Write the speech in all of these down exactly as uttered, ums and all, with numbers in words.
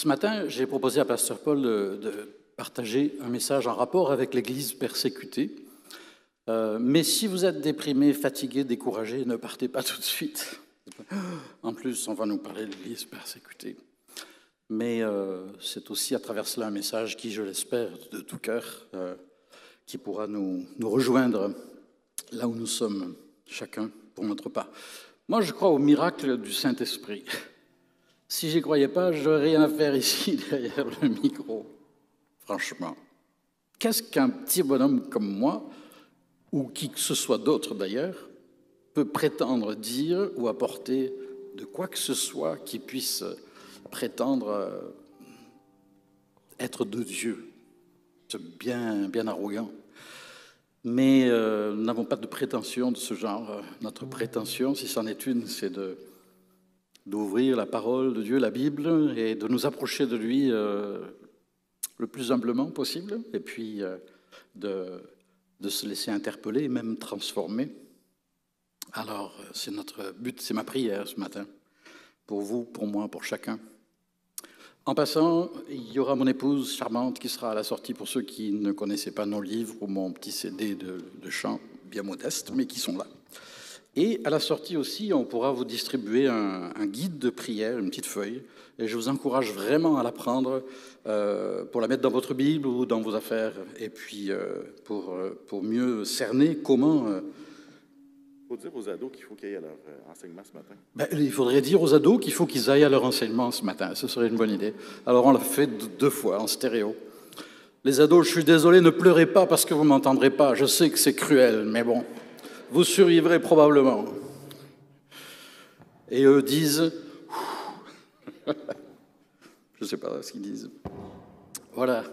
Ce matin, j'ai proposé à Pasteur Paul de, de partager un message en rapport avec l'Église persécutée. Euh, mais si vous êtes déprimé, fatigué, découragé, ne partez pas tout de suite. En plus, on va nous parler de l'Église persécutée. Mais euh, c'est aussi à travers cela un message qui, je l'espère, de tout cœur, euh, qui pourra nous, nous rejoindre là où nous sommes, chacun pour notre part. Moi, je crois au miracle du Saint-Esprit. Si je n'y croyais pas, je n'aurais rien à faire ici, derrière le micro. Franchement. Qu'est-ce qu'un petit bonhomme comme moi, ou qui que ce soit d'autre d'ailleurs, peut prétendre dire ou apporter de quoi que ce soit qui puisse prétendre être de Dieu? C'est bien, bien arrogant. Mais euh, nous n'avons pas de prétention de ce genre. Notre prétention, si c'en est une, c'est de, d'ouvrir la parole de Dieu, la Bible, et de nous approcher de lui euh, le plus humblement possible, et puis euh, de, de se laisser interpeller et même transformer. Alors, c'est notre but, c'est ma prière ce matin, pour vous, pour moi, pour chacun. En passant, il y aura mon épouse charmante qui sera à la sortie pour ceux qui ne connaissaient pas nos livres ou mon petit C D de, de chant bien modeste, mais qui sont là. Et à la sortie aussi, on pourra vous distribuer un, un guide de prière, une petite feuille, et je vous encourage vraiment à la prendre euh, pour la mettre dans votre Bible ou dans vos affaires, et puis euh, pour, pour mieux cerner comment... Euh, Il faut dire aux ados qu'il faut qu'ils aillent à leur euh, enseignement ce matin. Ben, il faudrait dire aux ados qu'il faut qu'ils aillent à leur enseignement ce matin. Ce serait une bonne idée. Alors, on l'a fait deux fois, en stéréo. Les ados, je suis désolé, ne pleurez pas parce que vous ne m'entendrez pas. Je sais que c'est cruel, mais bon, vous survivrez probablement. Et eux disent... je ne sais pas ce qu'ils disent. Voilà.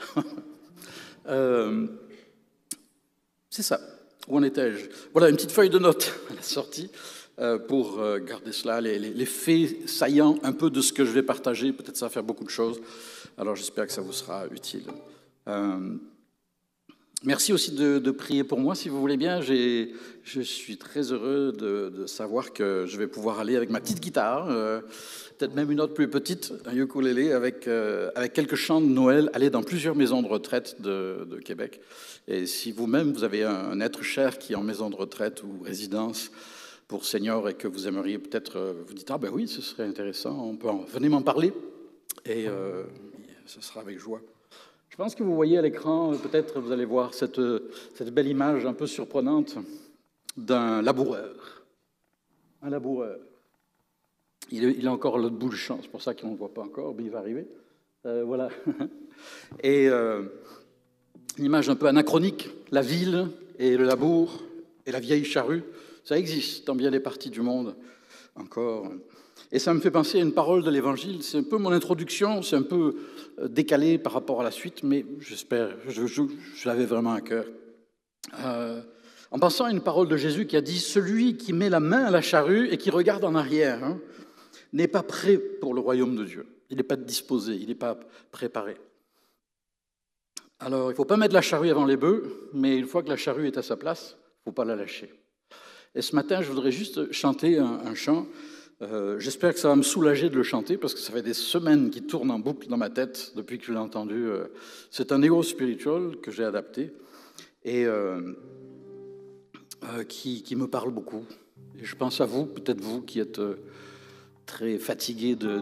euh, c'est ça. Où en étais-je? Voilà, une petite feuille de notes à la sortie euh, pour euh, garder cela, les, les, les faits saillants un peu de ce que je vais partager. Peut-être ça va faire beaucoup de choses. Alors, j'espère que ça vous sera utile. Euh, merci aussi de, de prier pour moi, si vous voulez bien. J'ai, je suis très heureux de, de savoir que je vais pouvoir aller avec ma petite guitare, euh, peut-être même une autre plus petite, un ukulélé, avec, euh, avec quelques chants de Noël, aller dans plusieurs maisons de retraite de, de Québec. Et si vous-même, vous avez un être cher qui est en maison de retraite ou résidence pour seniors et que vous aimeriez peut-être, vous dites, ah ben oui, ce serait intéressant, on peut en... venez m'en parler, et euh, ce sera avec joie. Je pense que vous voyez à l'écran, peut-être vous allez voir cette, cette belle image un peu surprenante d'un laboureur. Un laboureur. Il est, il est encore à l'autre bout du champ, c'est pour ça qu'on ne le voit pas encore, mais il va arriver. Euh, voilà. Et... Euh, une image un peu anachronique, la ville et le labour et la vieille charrue, ça existe dans bien des parties du monde encore. Et ça me fait penser à une parole de l'Évangile, c'est un peu mon introduction, c'est un peu décalé par rapport à la suite, mais j'espère, je, je, je l'avais vraiment à cœur. Euh, en pensant à une parole de Jésus qui a dit « Celui qui met la main à la charrue et qui regarde en arrière hein, n'est pas prêt pour le royaume de Dieu. Il n'est pas disposé, il n'est pas préparé. » Alors, il ne faut pas mettre la charrue avant les bœufs, mais une fois que la charrue est à sa place, il ne faut pas la lâcher. Et ce matin, je voudrais juste chanter un, un chant. Euh, j'espère que ça va me soulager de le chanter, parce que ça fait des semaines qu'il tourne en boucle dans ma tête depuis que je l'ai entendu. C'est un héros spirituel que j'ai adapté et euh, euh, qui, qui me parle beaucoup. Et je pense à vous, peut-être vous qui êtes euh, très fatigués de,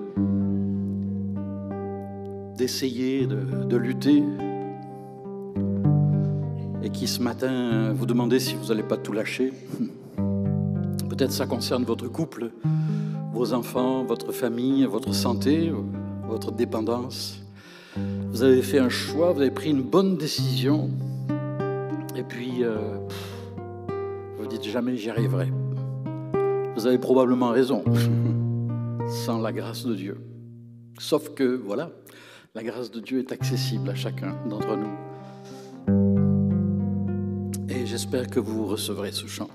d'essayer de, de lutter, et qui ce matin vous demandez si vous n'allez pas tout lâcher. Peut-être ça concerne votre couple, vos enfants, votre famille, votre santé, votre dépendance. Vous avez fait un choix, vous avez pris une bonne décision, et puis euh, vous dites jamais j'y arriverai. Vous avez probablement raison, sans la grâce de Dieu. Sauf que, voilà, la grâce de Dieu est accessible à chacun d'entre nous. Et j'espère que vous recevrez ce chant.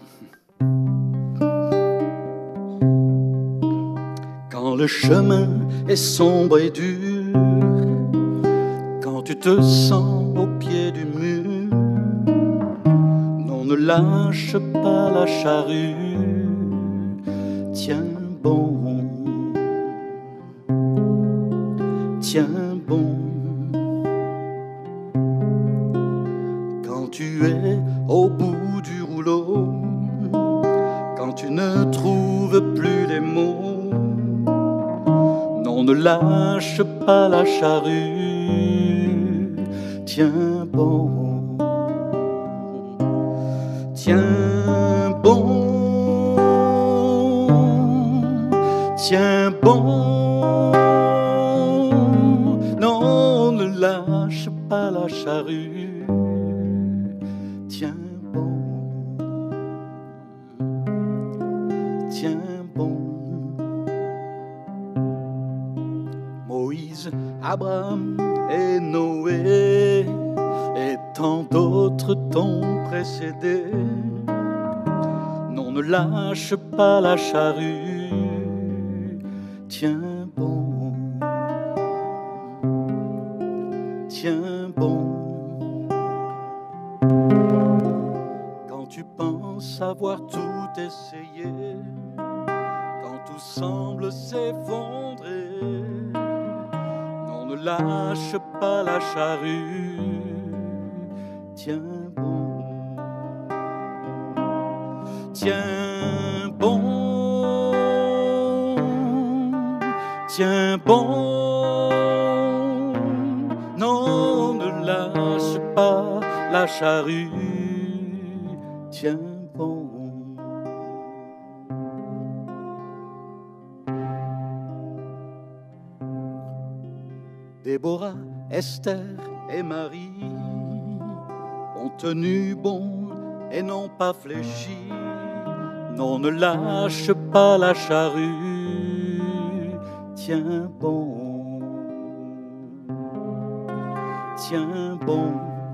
Quand le chemin est sombre et dur, quand tu te sens au pied du mur, non, ne lâche pas la charrue, tiens bon. tiens bon. Quand tu es au bout du rouleau, quand tu ne trouves plus les mots, non, ne lâche pas la charrue, tiens bon, tiens bon, tiens bon, non, ne lâche pas la charrue, tiens bon, tiens bon. Moïse, Abraham et Noé et tant d'autres t'ont précédé. Non, ne lâche pas la charrue, tiens bon, tiens bon. Quand tu penses avoir tout essayé, quand tout semble s'effondrer, non, ne lâche pas la charrue, tiens bon, tiens bon, tiens bon, non, ne lâche pas la charrue, tiens bon. Déborah, Esther et Marie ont tenu bon et n'ont pas fléchi. Non, ne lâche pas la charrue, tiens bon, tiens bon.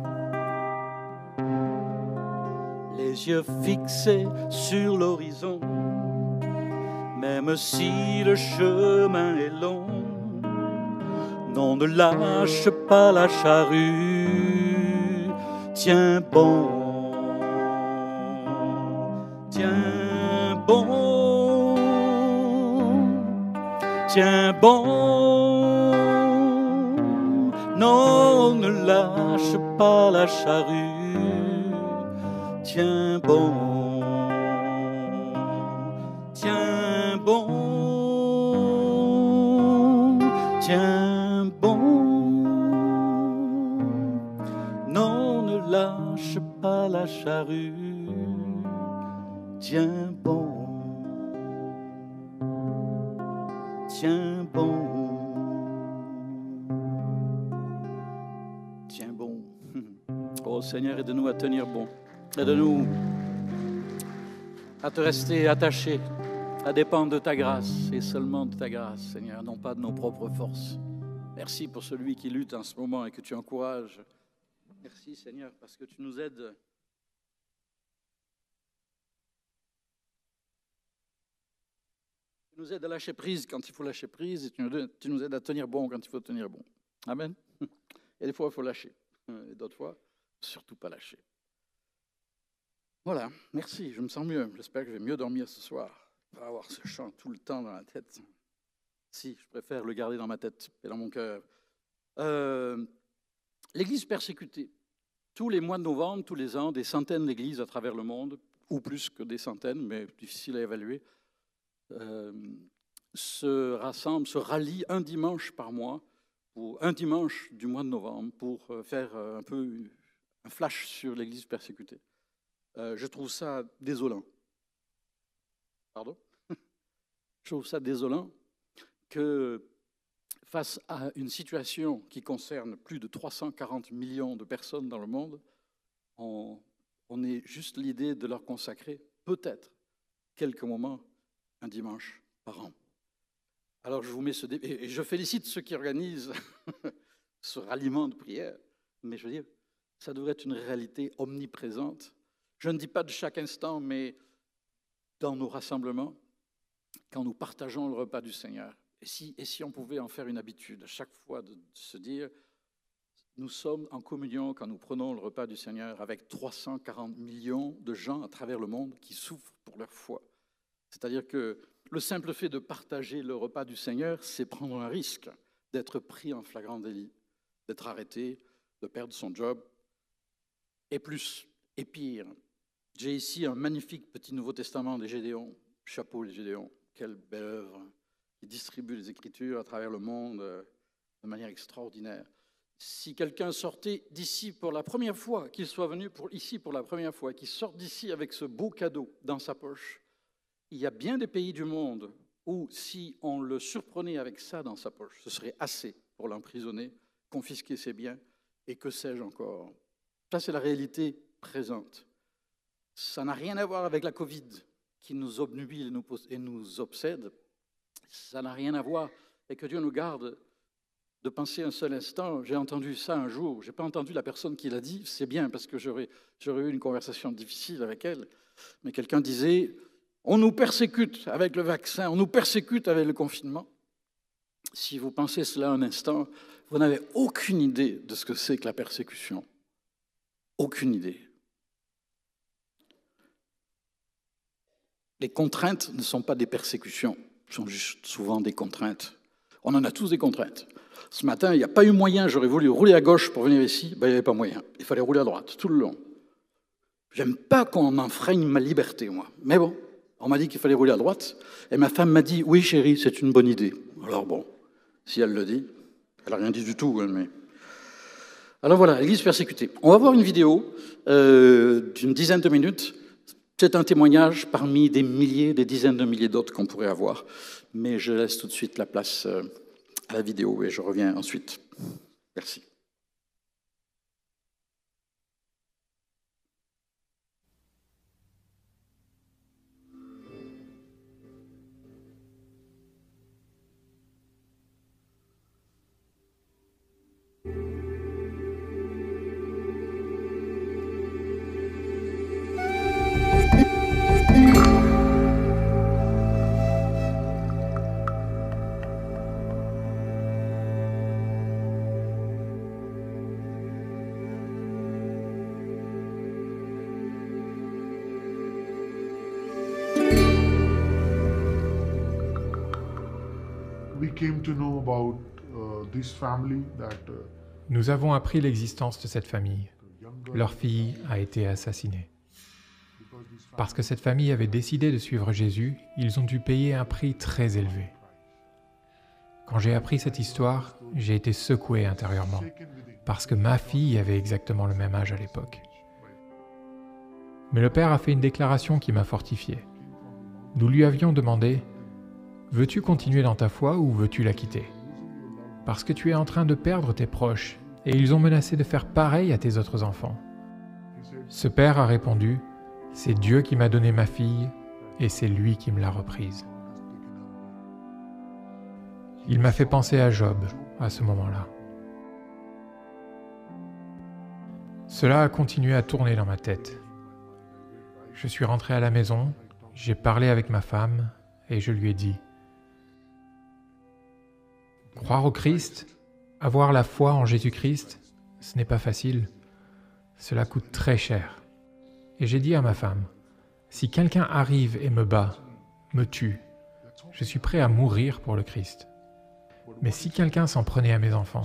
Les yeux fixés sur l'horizon, même si le chemin est long, non, ne lâche pas la charrue, tiens bon, tiens bon, tiens bon, non, ne lâche pas la charrue, tiens bon, tiens bon, tiens bon, non, ne lâche pas la charrue, tiens bon, tiens bon, tiens bon. Oh Seigneur, aide-nous à tenir bon, aide-nous à te rester attaché, à dépendre de ta grâce et seulement de ta grâce, Seigneur, non pas de nos propres forces. Merci pour celui qui lutte en ce moment et que tu encourages. Merci Seigneur parce que tu nous aides. Tu nous aides à lâcher prise quand il faut lâcher prise et tu nous aides à tenir bon quand il faut tenir bon. Amen. Et des fois, il faut lâcher. Et d'autres fois, surtout pas lâcher. Voilà, merci, je me sens mieux. J'espère que je vais mieux dormir ce soir. Pas avoir ce chant tout le temps dans la tête. Si, je préfère le garder dans ma tête et dans mon cœur. Euh, L'Église persécutée. Tous les mois de novembre, tous les ans, des centaines d'églises à travers le monde, ou plus que des centaines, mais difficile à évaluer, euh, se rassemblent, se rallient un dimanche par mois, ou un dimanche du mois de novembre, pour faire un peu un flash sur l'Église persécutée. Euh, je trouve ça désolant. Pardon ? Je trouve ça désolant que face à une situation qui concerne plus de trois cent quarante millions de personnes dans le monde, on, on ait juste l'idée de leur consacrer peut-être quelques moments un dimanche par an. Alors je vous mets ce défi, et je félicite ceux qui organisent ce ralliement de prière, mais je veux dire, ça devrait être une réalité omniprésente. Je ne dis pas de chaque instant, mais dans nos rassemblements, quand nous partageons le repas du Seigneur. Et si, et si on pouvait en faire une habitude, à chaque fois de, de se dire, nous sommes en communion quand nous prenons le repas du Seigneur avec trois cent quarante millions de gens à travers le monde qui souffrent pour leur foi. C'est-à-dire que le simple fait de partager le repas du Seigneur, c'est prendre un risque d'être pris en flagrant délit, d'être arrêté, de perdre son job, et plus, et pire. J'ai ici un magnifique petit Nouveau Testament des Gédéons, chapeau les Gédéons, quelle belle œuvre, qui distribue les Écritures à travers le monde euh, de manière extraordinaire. Si quelqu'un sortait d'ici pour la première fois, qu'il soit venu pour, ici pour la première fois, qu'il sorte d'ici avec ce beau cadeau dans sa poche, il y a bien des pays du monde où, si on le surprenait avec ça dans sa poche, ce serait assez pour l'emprisonner, confisquer ses biens, et que sais-je encore. Ça, c'est la réalité présente. Ça n'a rien à voir avec la Covid qui nous obnubile et nous obsède. Ça n'a rien à voir, et que Dieu nous garde de penser un seul instant. J'ai entendu ça un jour, je n'ai pas entendu la personne qui l'a dit, c'est bien parce que j'aurais, j'aurais eu une conversation difficile avec elle, mais quelqu'un disait, on nous persécute avec le vaccin, on nous persécute avec le confinement. Si vous pensez cela un instant, vous n'avez aucune idée de ce que c'est que la persécution. Aucune idée. Les contraintes ne sont pas des persécutions, sont juste souvent des contraintes. On en a tous des contraintes. Ce matin, il n'y a pas eu moyen, j'aurais voulu rouler à gauche pour venir ici, ben, il n'y avait pas moyen. Il fallait rouler à droite, tout le long. J'aime pas qu'on enfreigne ma liberté, moi. Mais bon, on m'a dit qu'il fallait rouler à droite, et ma femme m'a dit, oui chérie, c'est une bonne idée. Alors bon, si elle le dit, elle n'a rien dit du tout, mais... Alors voilà, l'Église persécutée. On va voir une vidéo euh, d'une dizaine de minutes. C'est un témoignage parmi des milliers, des dizaines de milliers d'autres qu'on pourrait avoir. Mais je laisse tout de suite la place euh, à la vidéo et je reviens ensuite. Merci. Came to know about uh, this family that uh, Nous avons appris l'existence de cette famille. Leur fille a été assassinée. Parce que cette famille avait décidé de suivre Jésus, ils ont dû payer un prix très élevé. Quand j'ai appris cette histoire, j'ai été secoué intérieurement, parce que ma fille avait exactement le même âge à l'époque. Mais le père a fait une déclaration qui m'a fortifié. Nous lui avions demandé « Veux-tu continuer dans ta foi ou veux-tu la quitter ? Parce que tu es en train de perdre tes proches et ils ont menacé de faire pareil à tes autres enfants. » Ce père a répondu « C'est Dieu qui m'a donné ma fille et c'est lui qui me l'a reprise. » Il m'a fait penser à Job à ce moment-là. Cela a continué à tourner dans ma tête. Je suis rentré à la maison, j'ai parlé avec ma femme et je lui ai dit « Croire au Christ, avoir la foi en Jésus-Christ, ce n'est pas facile. Cela coûte très cher. » Et j'ai dit à ma femme « Si quelqu'un arrive et me bat, me tue, je suis prêt à mourir pour le Christ. Mais si quelqu'un s'en prenait à mes enfants,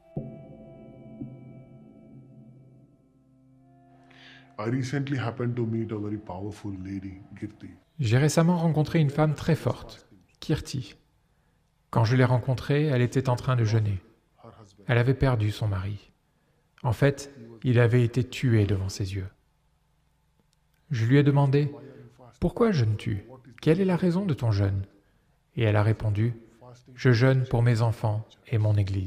I recently happened to meet a very powerful lady, Kirti. J'ai récemment rencontré une femme très forte, Kirti. Quand je l'ai rencontrée, elle était en train de jeûner. Elle avait perdu son mari. En fait, il avait été tué devant ses yeux. Je lui ai demandé « Pourquoi jeûnes-tu ? Quelle est la raison de ton jeûne ?» Et elle a répondu « Je jeûne pour mes enfants et mon Église. »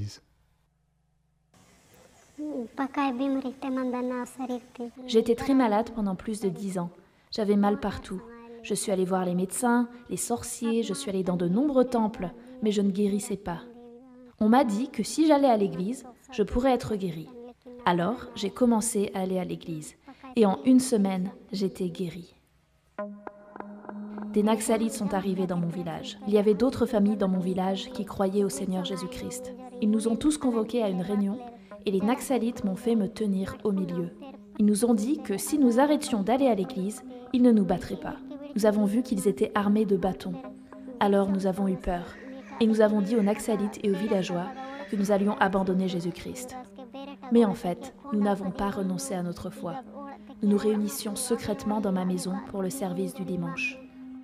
J'étais très malade pendant plus de dix ans. J'avais mal partout. Je suis allée voir les médecins, les sorciers, je suis allée dans de nombreux temples, mais je ne guérissais pas. On m'a dit que si j'allais à l'église, je pourrais être guérie. Alors, j'ai commencé à aller à l'église. Et en une semaine, j'étais guérie. Des Naxalites sont arrivés dans mon village. Il y avait d'autres familles dans mon village qui croyaient au Seigneur Jésus-Christ. Ils nous ont tous convoqués à une réunion et les Naxalites m'ont fait me tenir au milieu. Ils nous ont dit que si nous arrêtions d'aller à l'église, ils ne nous battraient pas. Nous avons vu qu'ils étaient armés de bâtons. Alors nous avons eu peur. Et nous avons dit aux Naxalites et aux villageois que nous allions abandonner Jésus-Christ. Mais en fait, nous n'avons pas renoncé à notre foi. Nous nous réunissions secrètement dans ma maison pour le service du dimanche.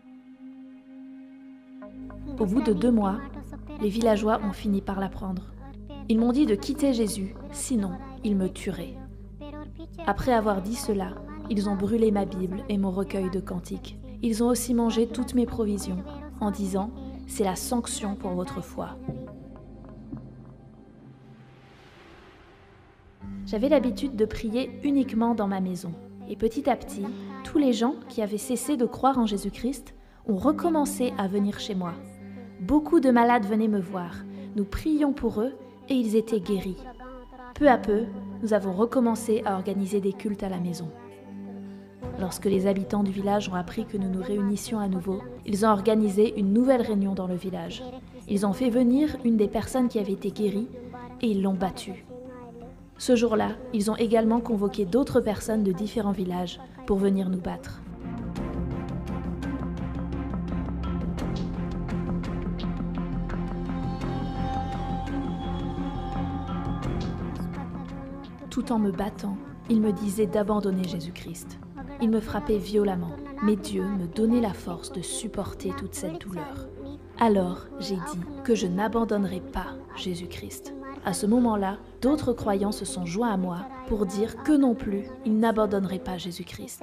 Au bout de deux mois, les villageois ont fini par l'apprendre. Ils m'ont dit de quitter Jésus, sinon ils me tueraient. Après avoir dit cela, ils ont brûlé ma Bible et mon recueil de cantiques. Ils ont aussi mangé toutes mes provisions, en disant « C'est la sanction pour votre foi ». J'avais l'habitude de prier uniquement dans ma maison. Et petit à petit, tous les gens qui avaient cessé de croire en Jésus-Christ ont recommencé à venir chez moi. Beaucoup de malades venaient me voir. Nous prions pour eux et ils étaient guéris. Peu à peu, nous avons recommencé à organiser des cultes à la maison. Lorsque les habitants du village ont appris que nous nous réunissions à nouveau, ils ont organisé une nouvelle réunion dans le village. Ils ont fait venir une des personnes qui avait été guérie et ils l'ont battue. Ce jour-là, ils ont également convoqué d'autres personnes de différents villages pour venir nous battre. Tout en me battant, ils me disaient d'abandonner Jésus-Christ. Ils me frappaient violemment, mais Dieu me donnait la force de supporter toute cette douleur. Alors, j'ai dit que je n'abandonnerai pas Jésus-Christ. À ce moment-là, d'autres croyants se sont joints à moi pour dire que non plus, ils n'abandonneraient pas Jésus-Christ.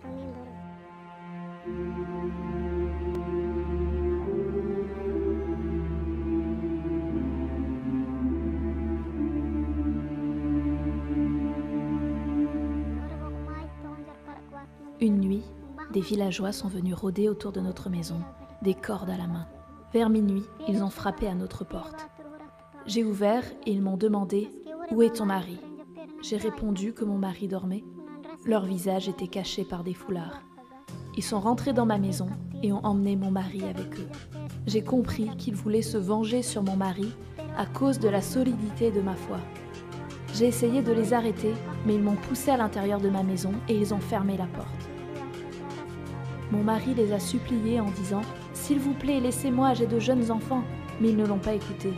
Une nuit, des villageois sont venus rôder autour de notre maison, des cordes à la main. Vers minuit, ils ont frappé à notre porte. J'ai ouvert et ils m'ont demandé « Où est ton mari ?» J'ai répondu que mon mari dormait. Leur visage était caché par des foulards. Ils sont rentrés dans ma maison et ont emmené mon mari avec eux. J'ai compris qu'ils voulaient se venger sur mon mari à cause de la solidité de ma foi. J'ai essayé de les arrêter, mais ils m'ont poussé à l'intérieur de ma maison et ils ont fermé la porte. Mon mari les a suppliés en disant « S'il vous plaît, laissez-moi, j'ai de jeunes enfants », mais ils ne l'ont pas écouté.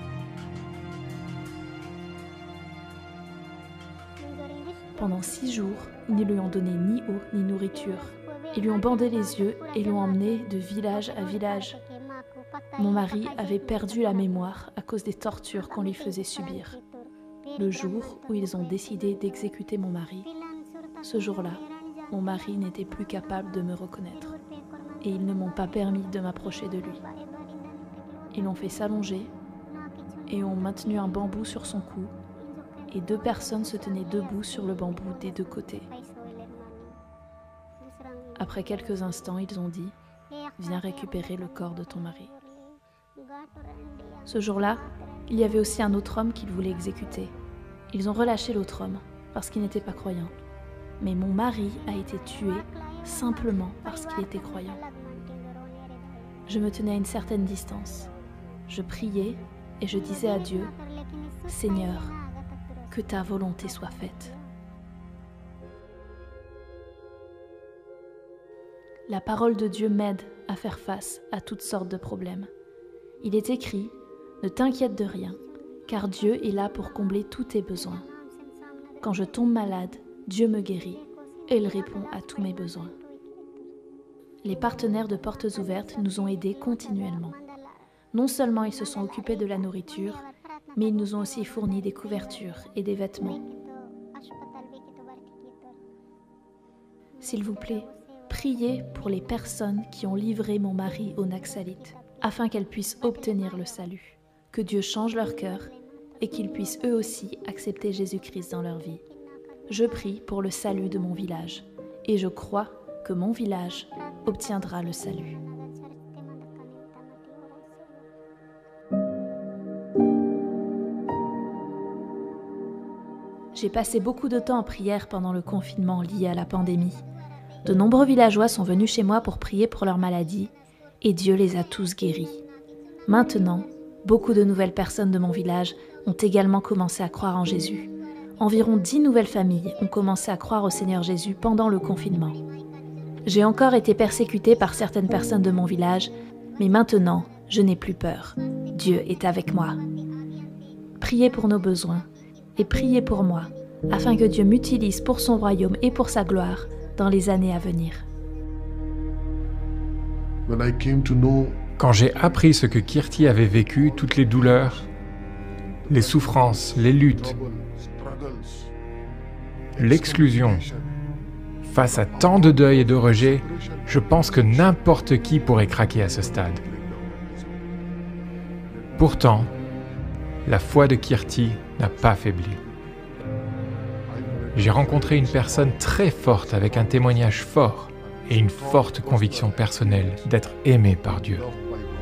Pendant six jours, ils ne lui ont donné ni eau ni nourriture. Ils lui ont bandé les yeux et l'ont emmené de village à village. Mon mari avait perdu la mémoire à cause des tortures qu'on lui faisait subir. Le jour où ils ont décidé d'exécuter mon mari, ce jour-là, mon mari n'était plus capable de me reconnaître et ils ne m'ont pas permis de m'approcher de lui. Ils l'ont fait s'allonger et ont maintenu un bambou sur son cou et deux personnes se tenaient debout sur le bambou des deux côtés. Après quelques instants, ils ont dit « Viens récupérer le corps de ton mari ». Ce jour-là, il y avait aussi un autre homme qu'ils voulaient exécuter. Ils ont relâché l'autre homme parce qu'il n'était pas croyant. Mais mon mari a été tué simplement parce qu'il était croyant. Je me tenais à une certaine distance. Je priais et je disais à Dieu « Seigneur, que ta volonté soit faite. » La parole de Dieu m'aide à faire face à toutes sortes de problèmes. Il est écrit « Ne t'inquiète de rien, car Dieu est là pour combler tous tes besoins. Quand je tombe malade, Dieu me guérit et il répond à tous mes besoins. » Les partenaires de Portes Ouvertes nous ont aidés continuellement. Non seulement ils se sont occupés de la nourriture, mais ils nous ont aussi fourni des couvertures et des vêtements. S'il vous plaît, priez pour les personnes qui ont livré mon mari aux Naxalites, afin qu'elles puissent obtenir le salut, que Dieu change leur cœur et qu'ils puissent eux aussi accepter Jésus-Christ dans leur vie. Je prie pour le salut de mon village et je crois que mon village obtiendra le salut. J'ai passé beaucoup de temps en prière pendant le confinement lié à la pandémie. De nombreux villageois sont venus chez moi pour prier pour leur maladie et Dieu les a tous guéris. Maintenant, beaucoup de nouvelles personnes de mon village ont également commencé à croire en Jésus. Environ dix nouvelles familles ont commencé à croire au Seigneur Jésus pendant le confinement. J'ai encore été persécutée par certaines personnes de mon village, mais maintenant, je n'ai plus peur. Dieu est avec moi. priez pour nos besoins et priez pour moi, afin que Dieu m'utilise pour son royaume et pour sa gloire dans les années à venir. When I came to know Quand j'ai appris ce que Kirti avait vécu, toutes les douleurs, les souffrances, les luttes, trouble, struggles, l'exclusion, face à tant de deuil et de rejet, je pense que n'importe qui pourrait craquer à ce stade. Pourtant, la foi de Kirti n'a pas faibli. J'ai rencontré une personne très forte avec un témoignage fort et une forte conviction personnelle d'être aimé par Dieu. loved by God.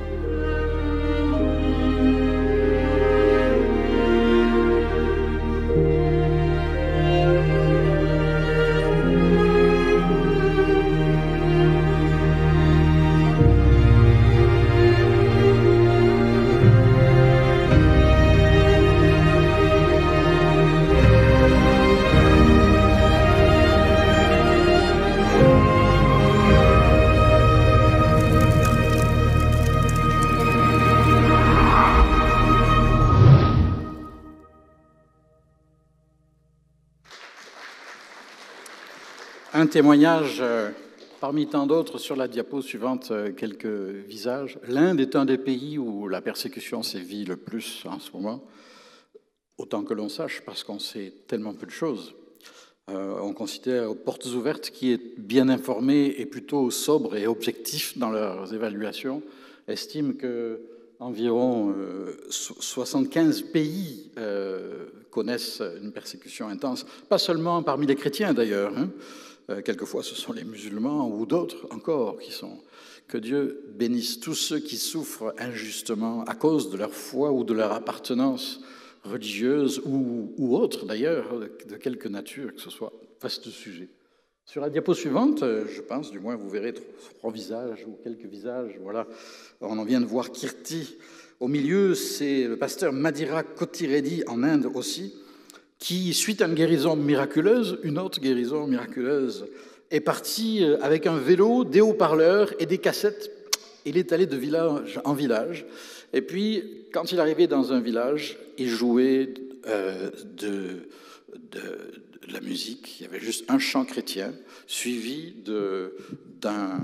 Un témoignage euh, parmi tant d'autres sur la diapo suivante, euh, quelques visages. L'Inde est un des pays où la persécution sévit le plus en ce moment, autant que l'on sache, parce qu'on sait tellement peu de choses. Euh, on considère aux portes ouvertes qui est bien informé et plutôt sobre et objectif dans leurs évaluations, estime que environ euh, soixante-quinze pays euh, connaissent une persécution intense, pas seulement parmi les chrétiens d'ailleurs, hein. Euh, quelquefois ce sont les musulmans ou d'autres encore qui sont. Que Dieu bénisse tous ceux qui souffrent injustement à cause de leur foi ou de leur appartenance religieuse ou, ou autre d'ailleurs, de quelque nature que ce soit. Vaste sujet. Sur la diapo suivante, je pense, du moins vous verrez trois visages ou quelques visages. Voilà, on en vient de voir Kirti. Au milieu, c'est le pasteur Madhira Kothiredi en Inde aussi, qui, suite à une guérison miraculeuse, une autre guérison miraculeuse, est parti avec un vélo, des haut-parleurs et des cassettes. Il est allé de village en village. Et puis, quand il arrivait dans un village, il jouait euh, de, de, de la musique. Il y avait juste un chant chrétien, suivi de, d'un,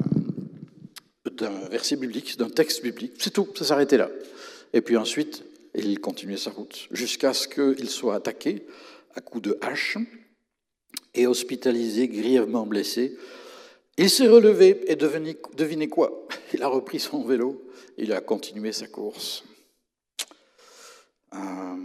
d'un verset biblique, d'un texte biblique. C'est tout, ça s'arrêtait là. Et puis ensuite, il continuait sa route, jusqu'à ce qu'il soit attaqué à coups de hache et hospitalisé, grièvement blessé. Il s'est relevé et devenez, devinez quoi? Il a repris son vélo, il a continué sa course. Euh,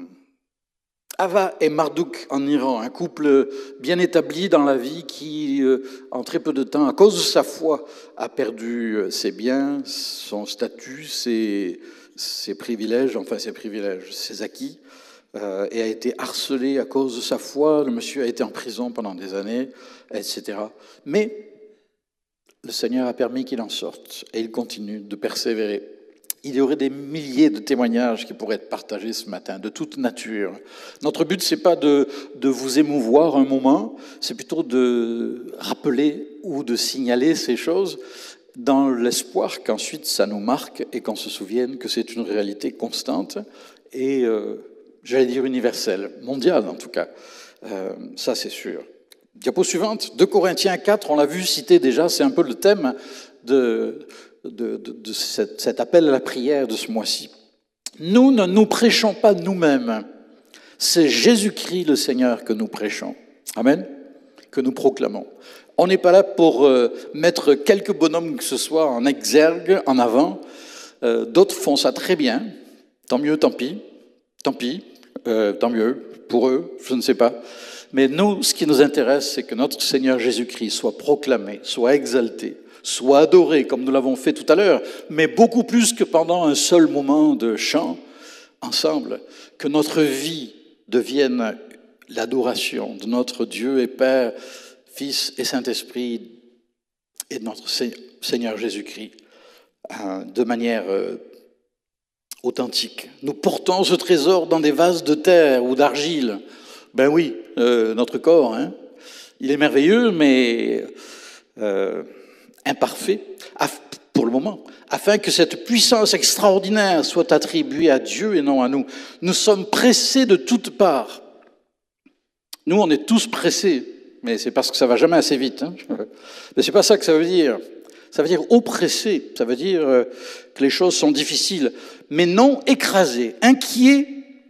Ava et Marduk en Iran, un couple bien établi dans la vie qui, euh, en très peu de temps, à cause de sa foi, a perdu ses biens, son statut, ses, ses privilèges, enfin ses privilèges, ses acquis, euh, et a été harcelé à cause de sa foi. Le monsieur a été en prison pendant des années, et cetera. Mais le Seigneur a permis qu'il en sorte, et il continue de persévérer. Il y aurait des milliers de témoignages qui pourraient être partagés ce matin, de toute nature. Notre but, ce n'est pas de, de vous émouvoir un moment, c'est plutôt de rappeler ou de signaler ces choses dans l'espoir qu'ensuite ça nous marque et qu'on se souvienne que c'est une réalité constante et, euh, j'allais dire universelle, mondiale en tout cas. Euh, ça, c'est sûr. Diapo suivante, deux Corinthiens quatre, on l'a vu citer déjà, c'est un peu le thème de, de, de, de cet, cet appel à la prière de ce mois-ci. Nous ne nous prêchons pas nous-mêmes, c'est Jésus-Christ le Seigneur que nous prêchons. Amen, que nous proclamons. On n'est pas là pour euh, mettre quelques bonhommes que ce soit en exergue, en avant. Euh, d'autres font ça très bien, tant mieux, tant pis, tant pis, euh, tant mieux pour eux, je ne sais pas. Mais nous, ce qui nous intéresse, c'est que notre Seigneur Jésus-Christ soit proclamé, soit exalté, soit adoré, comme nous l'avons fait tout à l'heure, mais beaucoup plus que pendant un seul moment de chant ensemble, que notre vie devienne l'adoration de notre Dieu et Père, Fils et Saint-Esprit, et de notre Seigneur Jésus-Christ, de manière authentique. Nous portons ce trésor dans des vases de terre ou d'argile. Ben oui, euh, notre corps, hein, il est merveilleux, mais euh, imparfait. Pour pour le moment, afin que cette puissance extraordinaire soit attribuée à Dieu et non à nous. Nous sommes pressés de toutes parts. Nous, on est tous pressés, mais c'est parce que ça va jamais assez vite. Hein. Mais c'est pas ça que ça veut dire. Ça veut dire oppressé, ça veut dire que les choses sont difficiles, mais non écrasé, inquiet,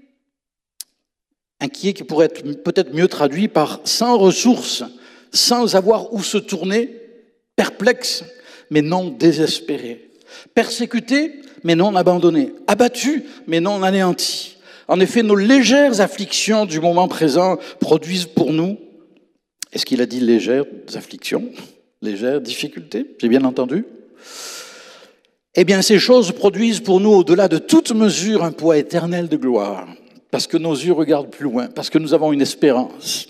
inquiet qui pourrait être peut-être mieux traduit par sans ressources, sans avoir où se tourner, perplexe, mais non désespéré, persécuté, mais non abandonné, abattu, mais non anéanti. En effet, nos légères afflictions du moment présent produisent pour nous, est-ce qu'il a dit légères afflictions ? Légères difficultés, j'ai bien entendu. Eh bien, ces choses produisent pour nous, au-delà de toute mesure, un poids éternel de gloire, parce que nos yeux regardent plus loin, parce que nous avons une espérance.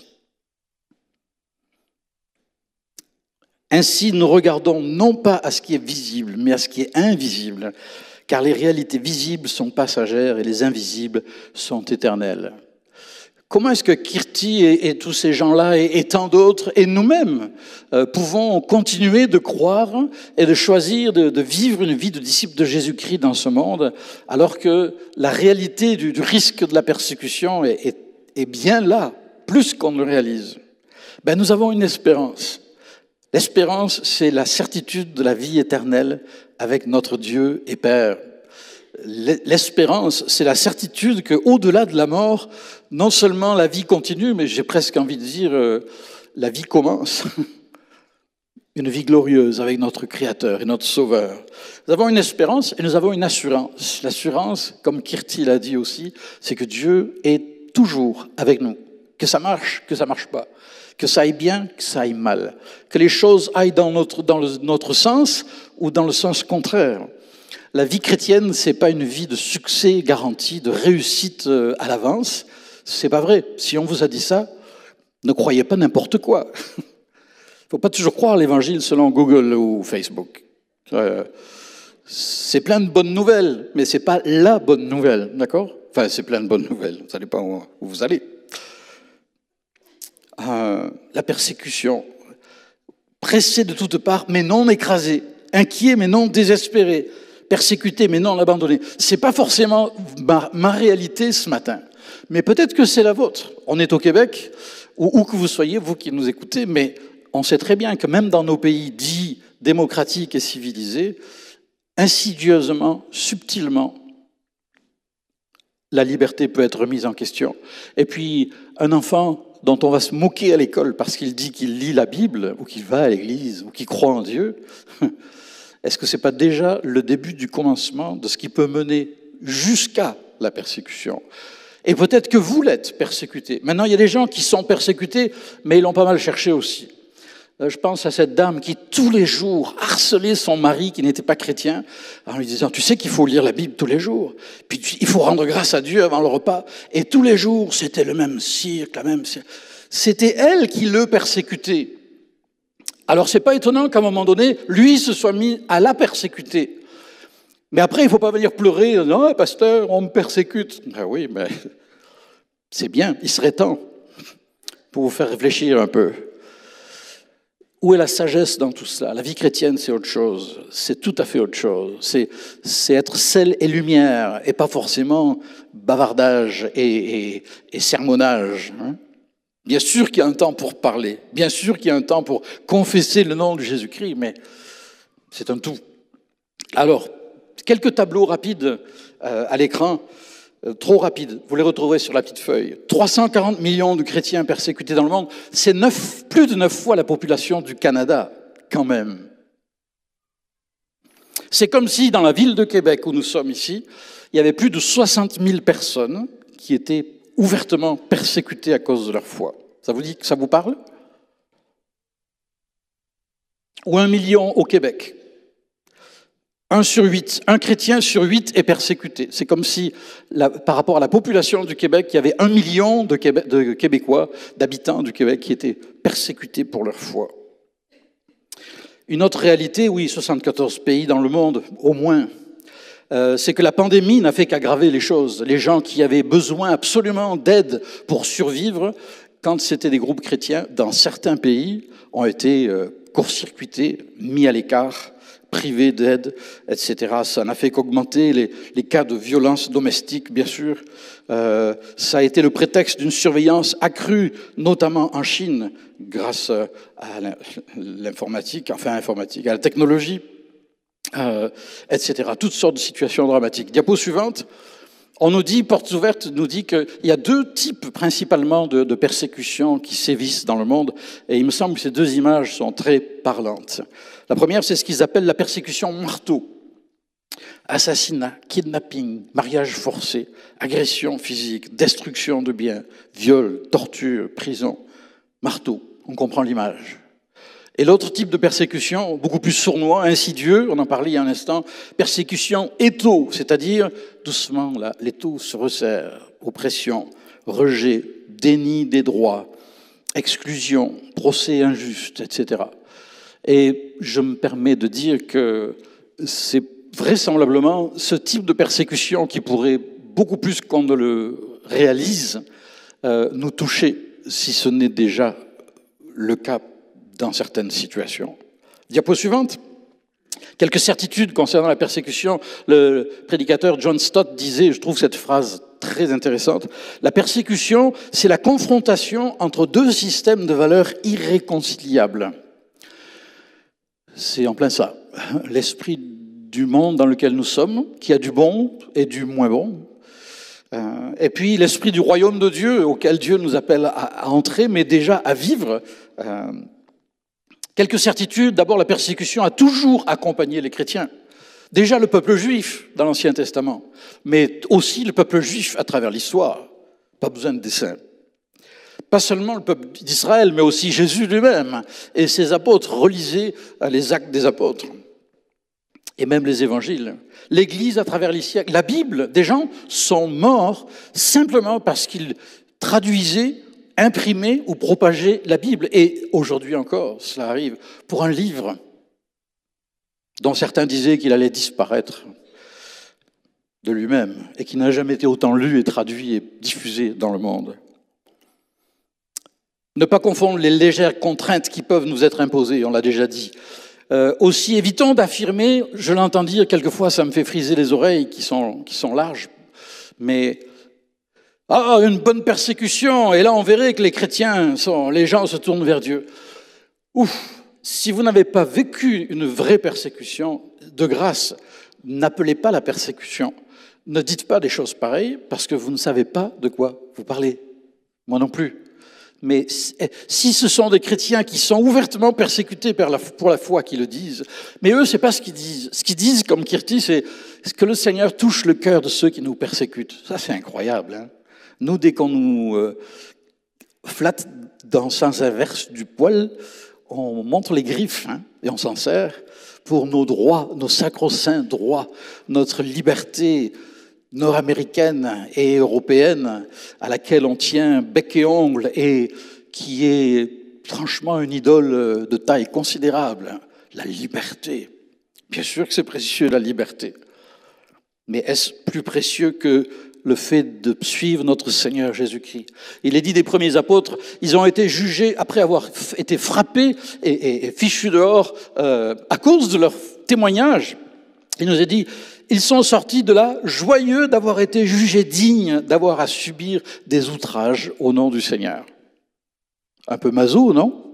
Ainsi, nous regardons non pas à ce qui est visible, mais à ce qui est invisible, car les réalités visibles sont passagères et les invisibles sont éternelles. Comment est-ce que Kirti et, et tous ces gens-là et, et tant d'autres, et nous-mêmes, euh, pouvons continuer de croire et de choisir de, de vivre une vie de disciples de Jésus-Christ dans ce monde, alors que la réalité du, du risque de la persécution est, est, est bien là, plus qu'on ne le réalise? Ben, nous avons une espérance. L'espérance, c'est la certitude de la vie éternelle avec notre Dieu et Père. L'espérance, c'est la certitude qu'au-delà de la mort, non seulement la vie continue, mais j'ai presque envie de dire, euh, la vie commence. Une vie glorieuse avec notre Créateur et notre Sauveur. Nous avons une espérance et nous avons une assurance. L'assurance, comme Kirti l'a dit aussi, c'est que Dieu est toujours avec nous. Que ça marche, que ça marche pas. Que ça aille bien, que ça aille mal. Que les choses aillent dans notre, dans le, notre sens ou dans le sens contraire. La vie chrétienne, c'est pas une vie de succès garanti, de réussite à l'avance. C'est pas vrai. Si on vous a dit ça, ne croyez pas n'importe quoi. Il faut pas toujours croire l'évangile selon Google ou Facebook. Euh, c'est plein de bonnes nouvelles, mais c'est pas la bonne nouvelle, d'accord? Enfin, c'est plein de bonnes nouvelles. Vous savez pas où vous allez. Euh, la persécution, pressé de toutes parts, mais non écrasé, inquiet, mais non désespéré. Persécuté, mais non abandonné. C'est pas forcément ma, ma réalité ce matin, mais peut-être que c'est la vôtre. On est au Québec, ou où que vous soyez, vous qui nous écoutez, mais on sait très bien que même dans nos pays dits démocratiques et civilisés, insidieusement, subtilement, la liberté peut être remise en question. Et puis, un enfant dont on va se moquer à l'école parce qu'il dit qu'il lit la Bible, ou qu'il va à l'église, ou qu'il croit en Dieu, est-ce que ce n'est pas déjà le début du commencement de ce qui peut mener jusqu'à la persécution? Et peut-être que vous l'êtes persécuté. Maintenant, il y a des gens qui sont persécutés, mais ils l'ont pas mal cherché aussi. Je pense à cette dame qui, tous les jours, harcelait son mari qui n'était pas chrétien, en lui disant, tu sais qu'il faut lire la Bible tous les jours, puis il faut rendre grâce à Dieu avant le repas. Et tous les jours, c'était le même cirque, la même cirque. C'était elle qui le persécutait. Alors, c'est pas étonnant qu'à un moment donné, lui se soit mis à la persécuter. Mais après, il ne faut pas venir pleurer, non, pasteur, on me persécute. Ben oui, mais c'est bien, il serait temps pour vous faire réfléchir un peu. Où est la sagesse dans tout cela? La vie chrétienne, c'est autre chose. C'est tout à fait autre chose. C'est, c'est être sel et lumière, et pas forcément bavardage et, et, et sermonnage, hein? Bien sûr qu'il y a un temps pour parler, bien sûr qu'il y a un temps pour confesser le nom de Jésus-Christ, mais c'est un tout. Alors, quelques tableaux rapides euh, à l'écran, euh, trop rapides, vous les retrouverez sur la petite feuille. trois cent quarante millions de chrétiens persécutés dans le monde, c'est neuf, plus de neuf fois la population du Canada, quand même. C'est comme si dans la ville de Québec, où nous sommes ici, il y avait plus de soixante mille personnes qui étaient ouvertement persécutés à cause de leur foi. Ça vous dit que ça vous parle? Ou un million au Québec. Un sur huit, un chrétien sur huit est persécuté. C'est comme si, la, par rapport à la population du Québec, il y avait un million de, Québec, de Québécois, d'habitants du Québec, qui étaient persécutés pour leur foi. Une autre réalité, oui, soixante-quatorze pays dans le monde, au moins, Euh, c'est que la pandémie n'a fait qu'aggraver les choses. Les gens qui avaient besoin absolument d'aide pour survivre, quand c'était des groupes chrétiens, dans certains pays, ont été euh, court-circuités, mis à l'écart privés d'aide, et cetera. Ça n'a fait qu'augmenter les, les cas de violence domestique, bien sûr. Euh, ça a été le prétexte d'une surveillance accrue, notamment en Chine, grâce à l'informatique, enfin informatique, à la technologie, euh, et cetera. Toutes sortes de situations dramatiques. Diapo suivante. On nous dit, Portes ouvertes nous dit qu'il y a deux types principalement de, de persécutions qui sévissent dans le monde, et il me semble que ces deux images sont très parlantes. La première, c'est ce qu'ils appellent la persécution marteau. Assassinat, kidnapping, mariage forcé, agression physique, destruction de biens, viol, torture, prison, marteau, on comprend l'image. Et l'autre type de persécution, beaucoup plus sournois, insidieux, on en parlait il y a un instant, persécution étau, c'est-à-dire doucement, là, l'étau se resserre, oppression, rejet, déni des droits, exclusion, procès injuste, et cetera. Et je me permets de dire que c'est vraisemblablement ce type de persécution qui pourrait, beaucoup plus qu'on ne le réalise, euh, nous toucher, si ce n'est déjà le cas dans certaines situations. Diapo suivante. Quelques certitudes concernant la persécution. Le prédicateur John Stott disait, je trouve cette phrase très intéressante, la persécution, c'est la confrontation entre deux systèmes de valeurs irréconciliables. C'est en plein ça. L'esprit du monde dans lequel nous sommes, qui a du bon et du moins bon. Et puis l'esprit du royaume de Dieu, auquel Dieu nous appelle à entrer, mais déjà à vivre. Quelques certitudes. D'abord, la persécution a toujours accompagné les chrétiens. Déjà le peuple juif dans l'Ancien Testament, mais aussi le peuple juif à travers l'histoire. Pas besoin de dessin. Pas seulement le peuple d'Israël, mais aussi Jésus lui-même et ses apôtres. Relisez les actes des apôtres et même les évangiles. L'Église à travers les siècles. La Bible, des gens sont morts simplement parce qu'ils traduisaient, imprimer ou propager la Bible. Et aujourd'hui encore, cela arrive pour un livre dont certains disaient qu'il allait disparaître de lui-même et qui n'a jamais été autant lu et traduit et diffusé dans le monde. Ne pas confondre les légères contraintes qui peuvent nous être imposées, on l'a déjà dit. Euh, aussi, évitons d'affirmer, je l'entends dire, quelquefois ça me fait friser les oreilles qui sont, qui sont larges, mais ah, une bonne persécution, et là on verrait que les chrétiens, sont, les gens se tournent vers Dieu. Ouf, si vous n'avez pas vécu une vraie persécution, de grâce, n'appelez pas la persécution. Ne dites pas des choses pareilles, parce que vous ne savez pas de quoi vous parlez. Moi non plus. Mais si ce sont des chrétiens qui sont ouvertement persécutés pour la foi qui le disent, mais eux, c'est pas ce qu'ils disent. Ce qu'ils disent, comme Kirti, c'est que le Seigneur touche le cœur de ceux qui nous persécutent. Ça, c'est incroyable, hein. Nous, dès qu'on nous euh, flatte dans le sens inverse du poil, on montre les griffes, hein, et on s'en sert pour nos droits, nos sacro-saints droits, notre liberté nord-américaine et européenne à laquelle on tient bec et ongle et qui est franchement une idole de taille considérable. La liberté. Bien sûr que c'est précieux, la liberté. Mais est-ce plus précieux que le fait de suivre notre Seigneur Jésus-Christ? Il est dit des premiers apôtres, ils ont été jugés après avoir été frappés et, et, et fichus dehors euh, à cause de leur témoignage. Il nous est dit, ils sont sortis de là joyeux d'avoir été jugés dignes d'avoir à subir des outrages au nom du Seigneur. Un peu maso, non?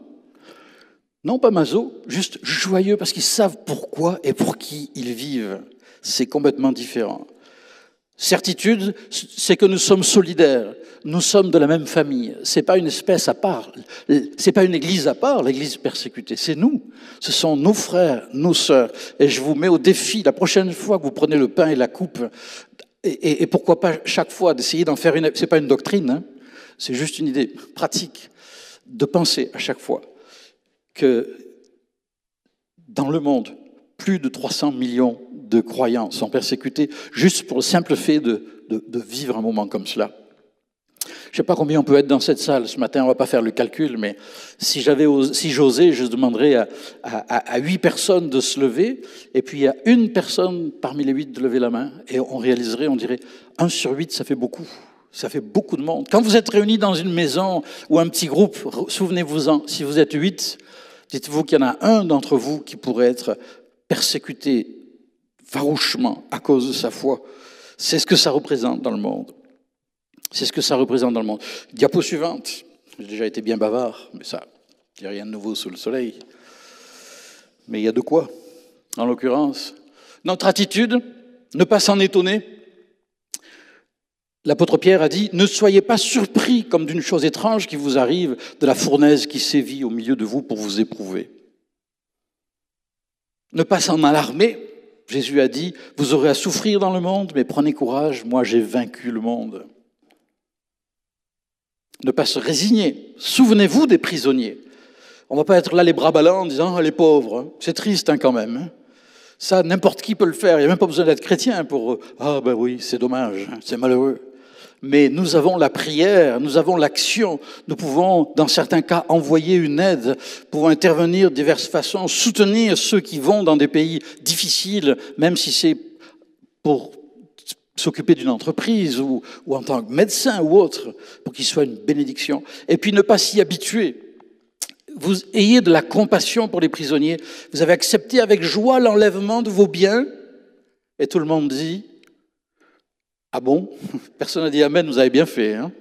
Non, pas maso, juste joyeux parce qu'ils savent pourquoi et pour qui ils vivent. C'est complètement différent. Certitude, c'est que nous sommes solidaires. Nous sommes de la même famille. C'est pas une espèce à part. C'est pas une église à part, l'église persécutée. C'est nous. Ce sont nos frères, nos sœurs. Et je vous mets au défi, la prochaine fois que vous prenez le pain et la coupe, et, et, et pourquoi pas chaque fois d'essayer d'en faire une, c'est pas une doctrine, hein, c'est juste une idée pratique, de penser à chaque fois que dans le monde, plus de trois cents millions de croyants sont persécutés juste pour le simple fait de, de, de vivre un moment comme cela. Je ne sais pas combien on peut être dans cette salle ce matin, on ne va pas faire le calcul, mais si j'avais, si j'osais, je demanderais à, à, à huit personnes de se lever, et puis à une personne parmi les huit de lever la main, et on réaliserait, on dirait, un sur huit, ça fait beaucoup. Ça fait beaucoup de monde. Quand vous êtes réunis dans une maison ou un petit groupe, souvenez-vous-en, si vous êtes huit, dites-vous qu'il y en a un d'entre vous qui pourrait être persécuté farouchement à cause de sa foi. C'est ce que ça représente dans le monde. C'est ce que ça représente dans le monde. Diapo suivante. J'ai déjà été bien bavard, mais ça, il n'y a rien de nouveau sous le soleil. Mais il y a de quoi, en l'occurrence. Notre attitude, ne pas s'en étonner. L'apôtre Pierre a dit « Ne soyez pas surpris comme d'une chose étrange qui vous arrive, de la fournaise qui sévit au milieu de vous pour vous éprouver. » Ne pas s'en alarmer. Jésus a dit « Vous aurez à souffrir dans le monde, mais prenez courage, moi j'ai vaincu le monde. » Ne pas se résigner. Souvenez-vous des prisonniers. On ne va pas être là les bras ballants en disant oh, « les pauvres, c'est triste hein, quand même. » Ça, n'importe qui peut le faire. Il n'y a même pas besoin d'être chrétien pour « Ah ben oui, c'est dommage, c'est malheureux. » Mais nous avons la prière, nous avons l'action. Nous pouvons, dans certains cas, envoyer une aide, pouvons intervenir de diverses façons, soutenir ceux qui vont dans des pays difficiles, même si c'est pour s'occuper d'une entreprise ou, ou en tant que médecin ou autre, pour qu'il soit une bénédiction. Et puis ne pas s'y habituer. Vous ayez de la compassion pour les prisonniers. Vous avez accepté avec joie l'enlèvement de vos biens. Et tout le monde dit, ah bon? Personne n'a dit amen, vous avez bien fait. Hein?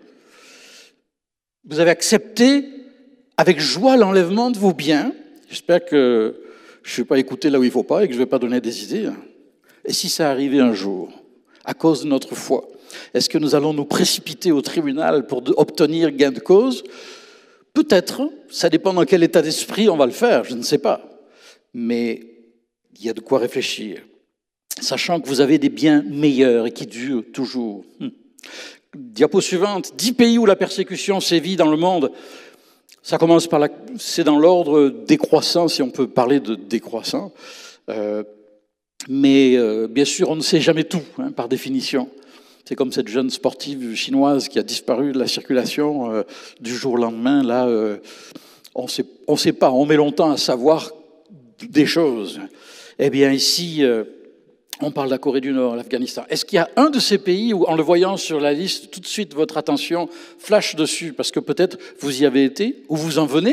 Vous avez accepté avec joie l'enlèvement de vos biens. J'espère que je ne suis pas écouté là où il ne faut pas et que je ne vais pas donner des idées. Et si ça arrivait un jour, à cause de notre foi, est-ce que nous allons nous précipiter au tribunal pour obtenir gain de cause? Peut-être, ça dépend dans quel état d'esprit on va le faire, je ne sais pas. Mais il y a de quoi réfléchir. Sachant que vous avez des biens meilleurs et qui durent toujours. Hum. Diapo suivante, dix pays où la persécution sévit dans le monde. Ça commence par la... C'est dans l'ordre décroissant, si on peut parler de décroissant. Euh, mais euh, bien sûr, on ne sait jamais tout, hein, par définition. C'est comme cette jeune sportive chinoise qui a disparu de la circulation euh, du jour au lendemain. Là, euh, on sait, on sait pas, on met longtemps à savoir des choses. Eh bien, ici... Euh, On parle de la Corée du Nord, l'Afghanistan. Est-ce qu'il y a un de ces pays où, en le voyant sur la liste, tout de suite votre attention flash dessus, parce que peut-être vous y avez été, ou vous en venez,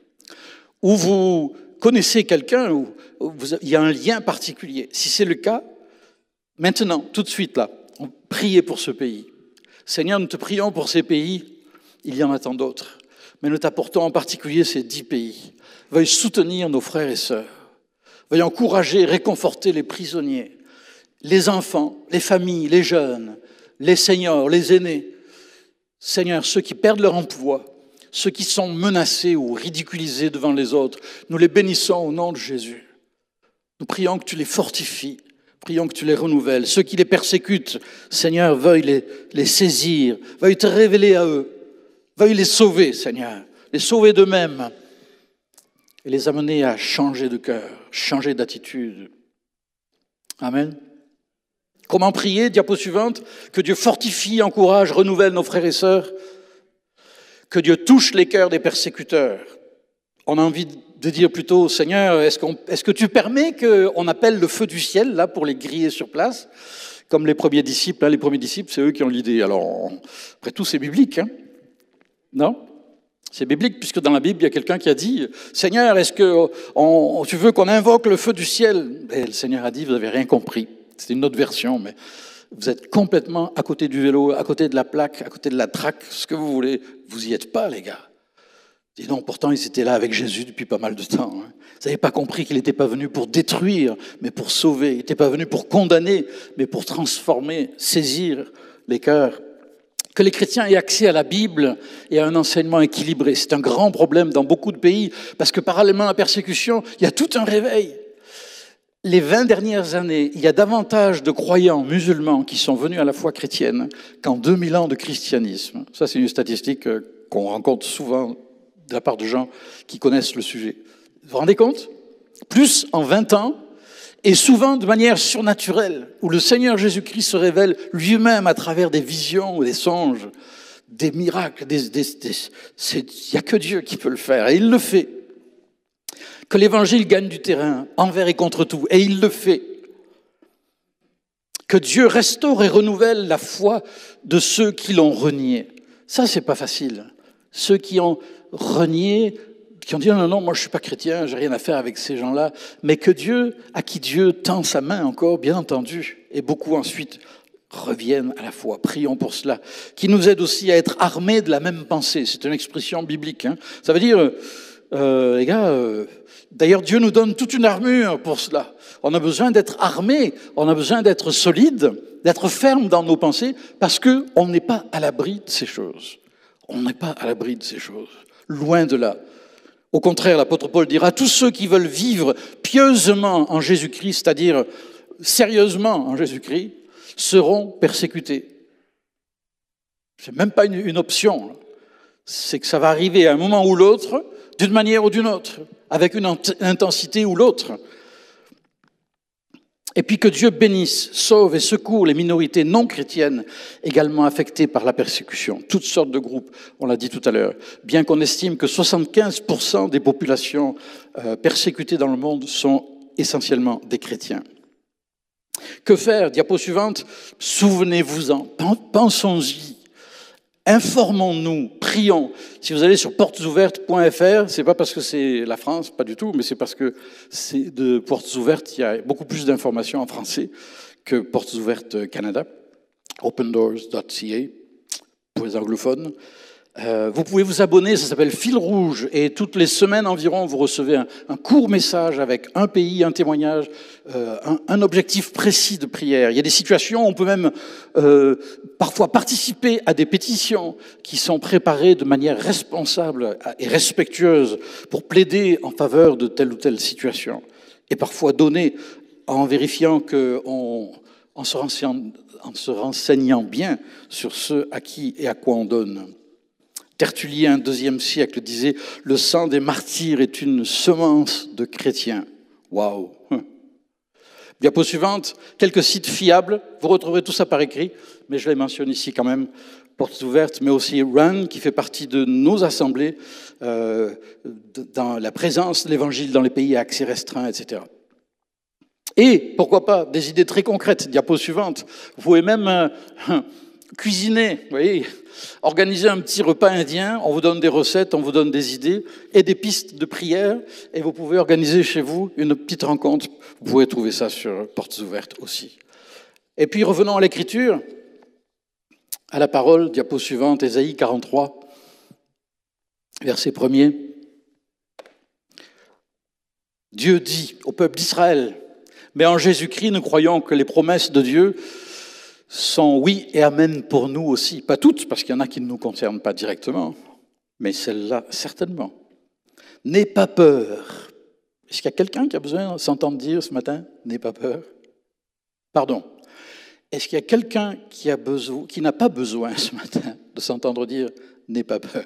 ou vous connaissez quelqu'un, ou vous, il y a un lien particulier. Si c'est le cas, maintenant, tout de suite là, on priez pour ce pays. Seigneur, nous te prions pour ces pays, il y en a tant d'autres. Mais nous t'apportons en particulier ces dix pays. Veuille soutenir nos frères et sœurs. Veuille encourager, réconforter les prisonniers. Les enfants, les familles, les jeunes, les seniors, les aînés. Seigneur, ceux qui perdent leur emploi, ceux qui sont menacés ou ridiculisés devant les autres, nous les bénissons au nom de Jésus. Nous prions que tu les fortifies, prions que tu les renouvelles. Ceux qui les persécutent, Seigneur, veuille les, les saisir, veuille te révéler à eux, veuille les sauver, Seigneur, les sauver d'eux-mêmes et les amener à changer de cœur, changer d'attitude. Amen. Comment prier? Diapo suivante. Que Dieu fortifie, encourage, renouvelle nos frères et sœurs. Que Dieu touche les cœurs des persécuteurs. On a envie de dire plutôt, Seigneur, est-ce, qu'on, est-ce que tu permets qu'on appelle le feu du ciel là pour les griller sur place? Comme les premiers disciples. Hein, les premiers disciples, c'est eux qui ont l'idée. Alors, après tout, c'est biblique. Hein? Non? C'est biblique, puisque dans la Bible, il y a quelqu'un qui a dit « Seigneur, est-ce que on, tu veux qu'on invoque le feu du ciel ?» Et le Seigneur a dit « Vous n'avez rien compris. » C'est une autre version, mais vous êtes complètement à côté du vélo, à côté de la plaque, à côté de la traque, ce que vous voulez. Vous n'y êtes pas, les gars. Dis donc, pourtant, ils étaient là avec Jésus depuis pas mal de temps. Hein. Vous n'avez pas compris qu'il n'était pas venu pour détruire, mais pour sauver. Il n'était pas venu pour condamner, mais pour transformer, saisir les cœurs. Que les chrétiens aient accès à la Bible et à un enseignement équilibré. C'est un grand problème dans beaucoup de pays, parce que parallèlement à la persécution, il y a tout un réveil. Les vingt dernières années, il y a davantage de croyants musulmans qui sont venus à la foi chrétienne qu'en deux mille ans de christianisme. Ça, c'est une statistique qu'on rencontre souvent de la part de gens qui connaissent le sujet. Vous vous rendez compte? Plus en vingt ans, et souvent de manière surnaturelle, où le Seigneur Jésus-Christ se révèle lui-même à travers des visions ou des songes, des miracles. Des, des, des, c'est, il n'y a que Dieu qui peut le faire, et il le fait. Que l'Évangile gagne du terrain, envers et contre tout, et il le fait. Que Dieu restaure et renouvelle la foi de ceux qui l'ont renié. Ça, c'est pas facile. Ceux qui ont renié, qui ont dit non, non, moi je ne suis pas chrétien, j'ai rien à faire avec ces gens-là, mais que Dieu, à qui Dieu tend sa main encore, bien entendu, et beaucoup ensuite reviennent à la foi. Prions pour cela. Qui nous aide aussi à être armés de la même pensée. C'est une expression biblique. Hein. Ça veut dire, euh, les gars, euh, d'ailleurs Dieu nous donne toute une armure pour cela. On a besoin d'être armés, on a besoin d'être solide, d'être ferme dans nos pensées, parce qu'on n'est pas à l'abri de ces choses. On n'est pas à l'abri de ces choses. Loin de là. Au contraire, l'apôtre Paul dira, tous ceux qui veulent vivre pieusement en Jésus-Christ, c'est-à-dire sérieusement en Jésus-Christ, seront persécutés. C'est même pas une, une option. C'est que ça va arriver à un moment ou l'autre, d'une manière ou d'une autre, avec une intensité ou l'autre. Et puis que Dieu bénisse, sauve et secoue les minorités non chrétiennes également affectées par la persécution. Toutes sortes de groupes, on l'a dit tout à l'heure. Bien qu'on estime que soixante-quinze pour cent des populations euh, persécutées dans le monde sont essentiellement des chrétiens. Que faire? Diapo suivante. Souvenez-vous-en, pensons-y, informons-nous, prions. Si vous allez sur portes ouvertes point f r, c'est pas parce que c'est la France, pas du tout, mais c'est parce que c'est de Portes Ouvertes, il y a beaucoup plus d'informations en français que Portes Ouvertes Canada. open doors dot c a pour les anglophones. Euh, vous pouvez vous abonner, ça s'appelle Fil Rouge, et toutes les semaines environ, vous recevez un, un court message avec un pays, un témoignage, euh, un, un objectif précis de prière. Il y a des situations où on peut même euh, parfois participer à des pétitions qui sont préparées de manière responsable et respectueuse pour plaider en faveur de telle ou telle situation. Et parfois donner en vérifiant qu'on, en se renseignant, en se renseignant bien sur ce à qui et à quoi on donne. Tertullien, deuxième siècle, disait « Le sang des martyrs est une semence de chrétiens. » Waouh! Diapo suivante, quelques sites fiables. Vous retrouverez tout ça par écrit, mais je les mentionne ici quand même. Portes ouvertes, mais aussi Run, qui fait partie de nos assemblées, euh, dans la présence de l'Évangile dans les pays à accès restreint, et cetera. Et, pourquoi pas, des idées très concrètes. Diapo suivante. Vous pouvez même euh, cuisiner, vous voyez, organiser un petit repas indien, on vous donne des recettes, on vous donne des idées et des pistes de prière, et vous pouvez organiser chez vous une petite rencontre. Vous pouvez trouver ça sur Portes Ouvertes aussi. Et puis revenons à l'écriture, à la parole, diapo suivante, Ésaïe quarante-trois, verset premier. Dieu dit au peuple d'Israël, mais en Jésus-Christ, nous croyons que les promesses de Dieu sont oui et amen pour nous aussi. Pas toutes, parce qu'il y en a qui ne nous concernent pas directement, mais celles-là, certainement. N'aie pas peur. Est-ce qu'il y a quelqu'un qui a besoin de s'entendre dire ce matin, n'aie pas peur? Pardon. Est-ce qu'il y a quelqu'un qui a besoin, qui n'a pas besoin ce matin de s'entendre dire, n'aie pas peur?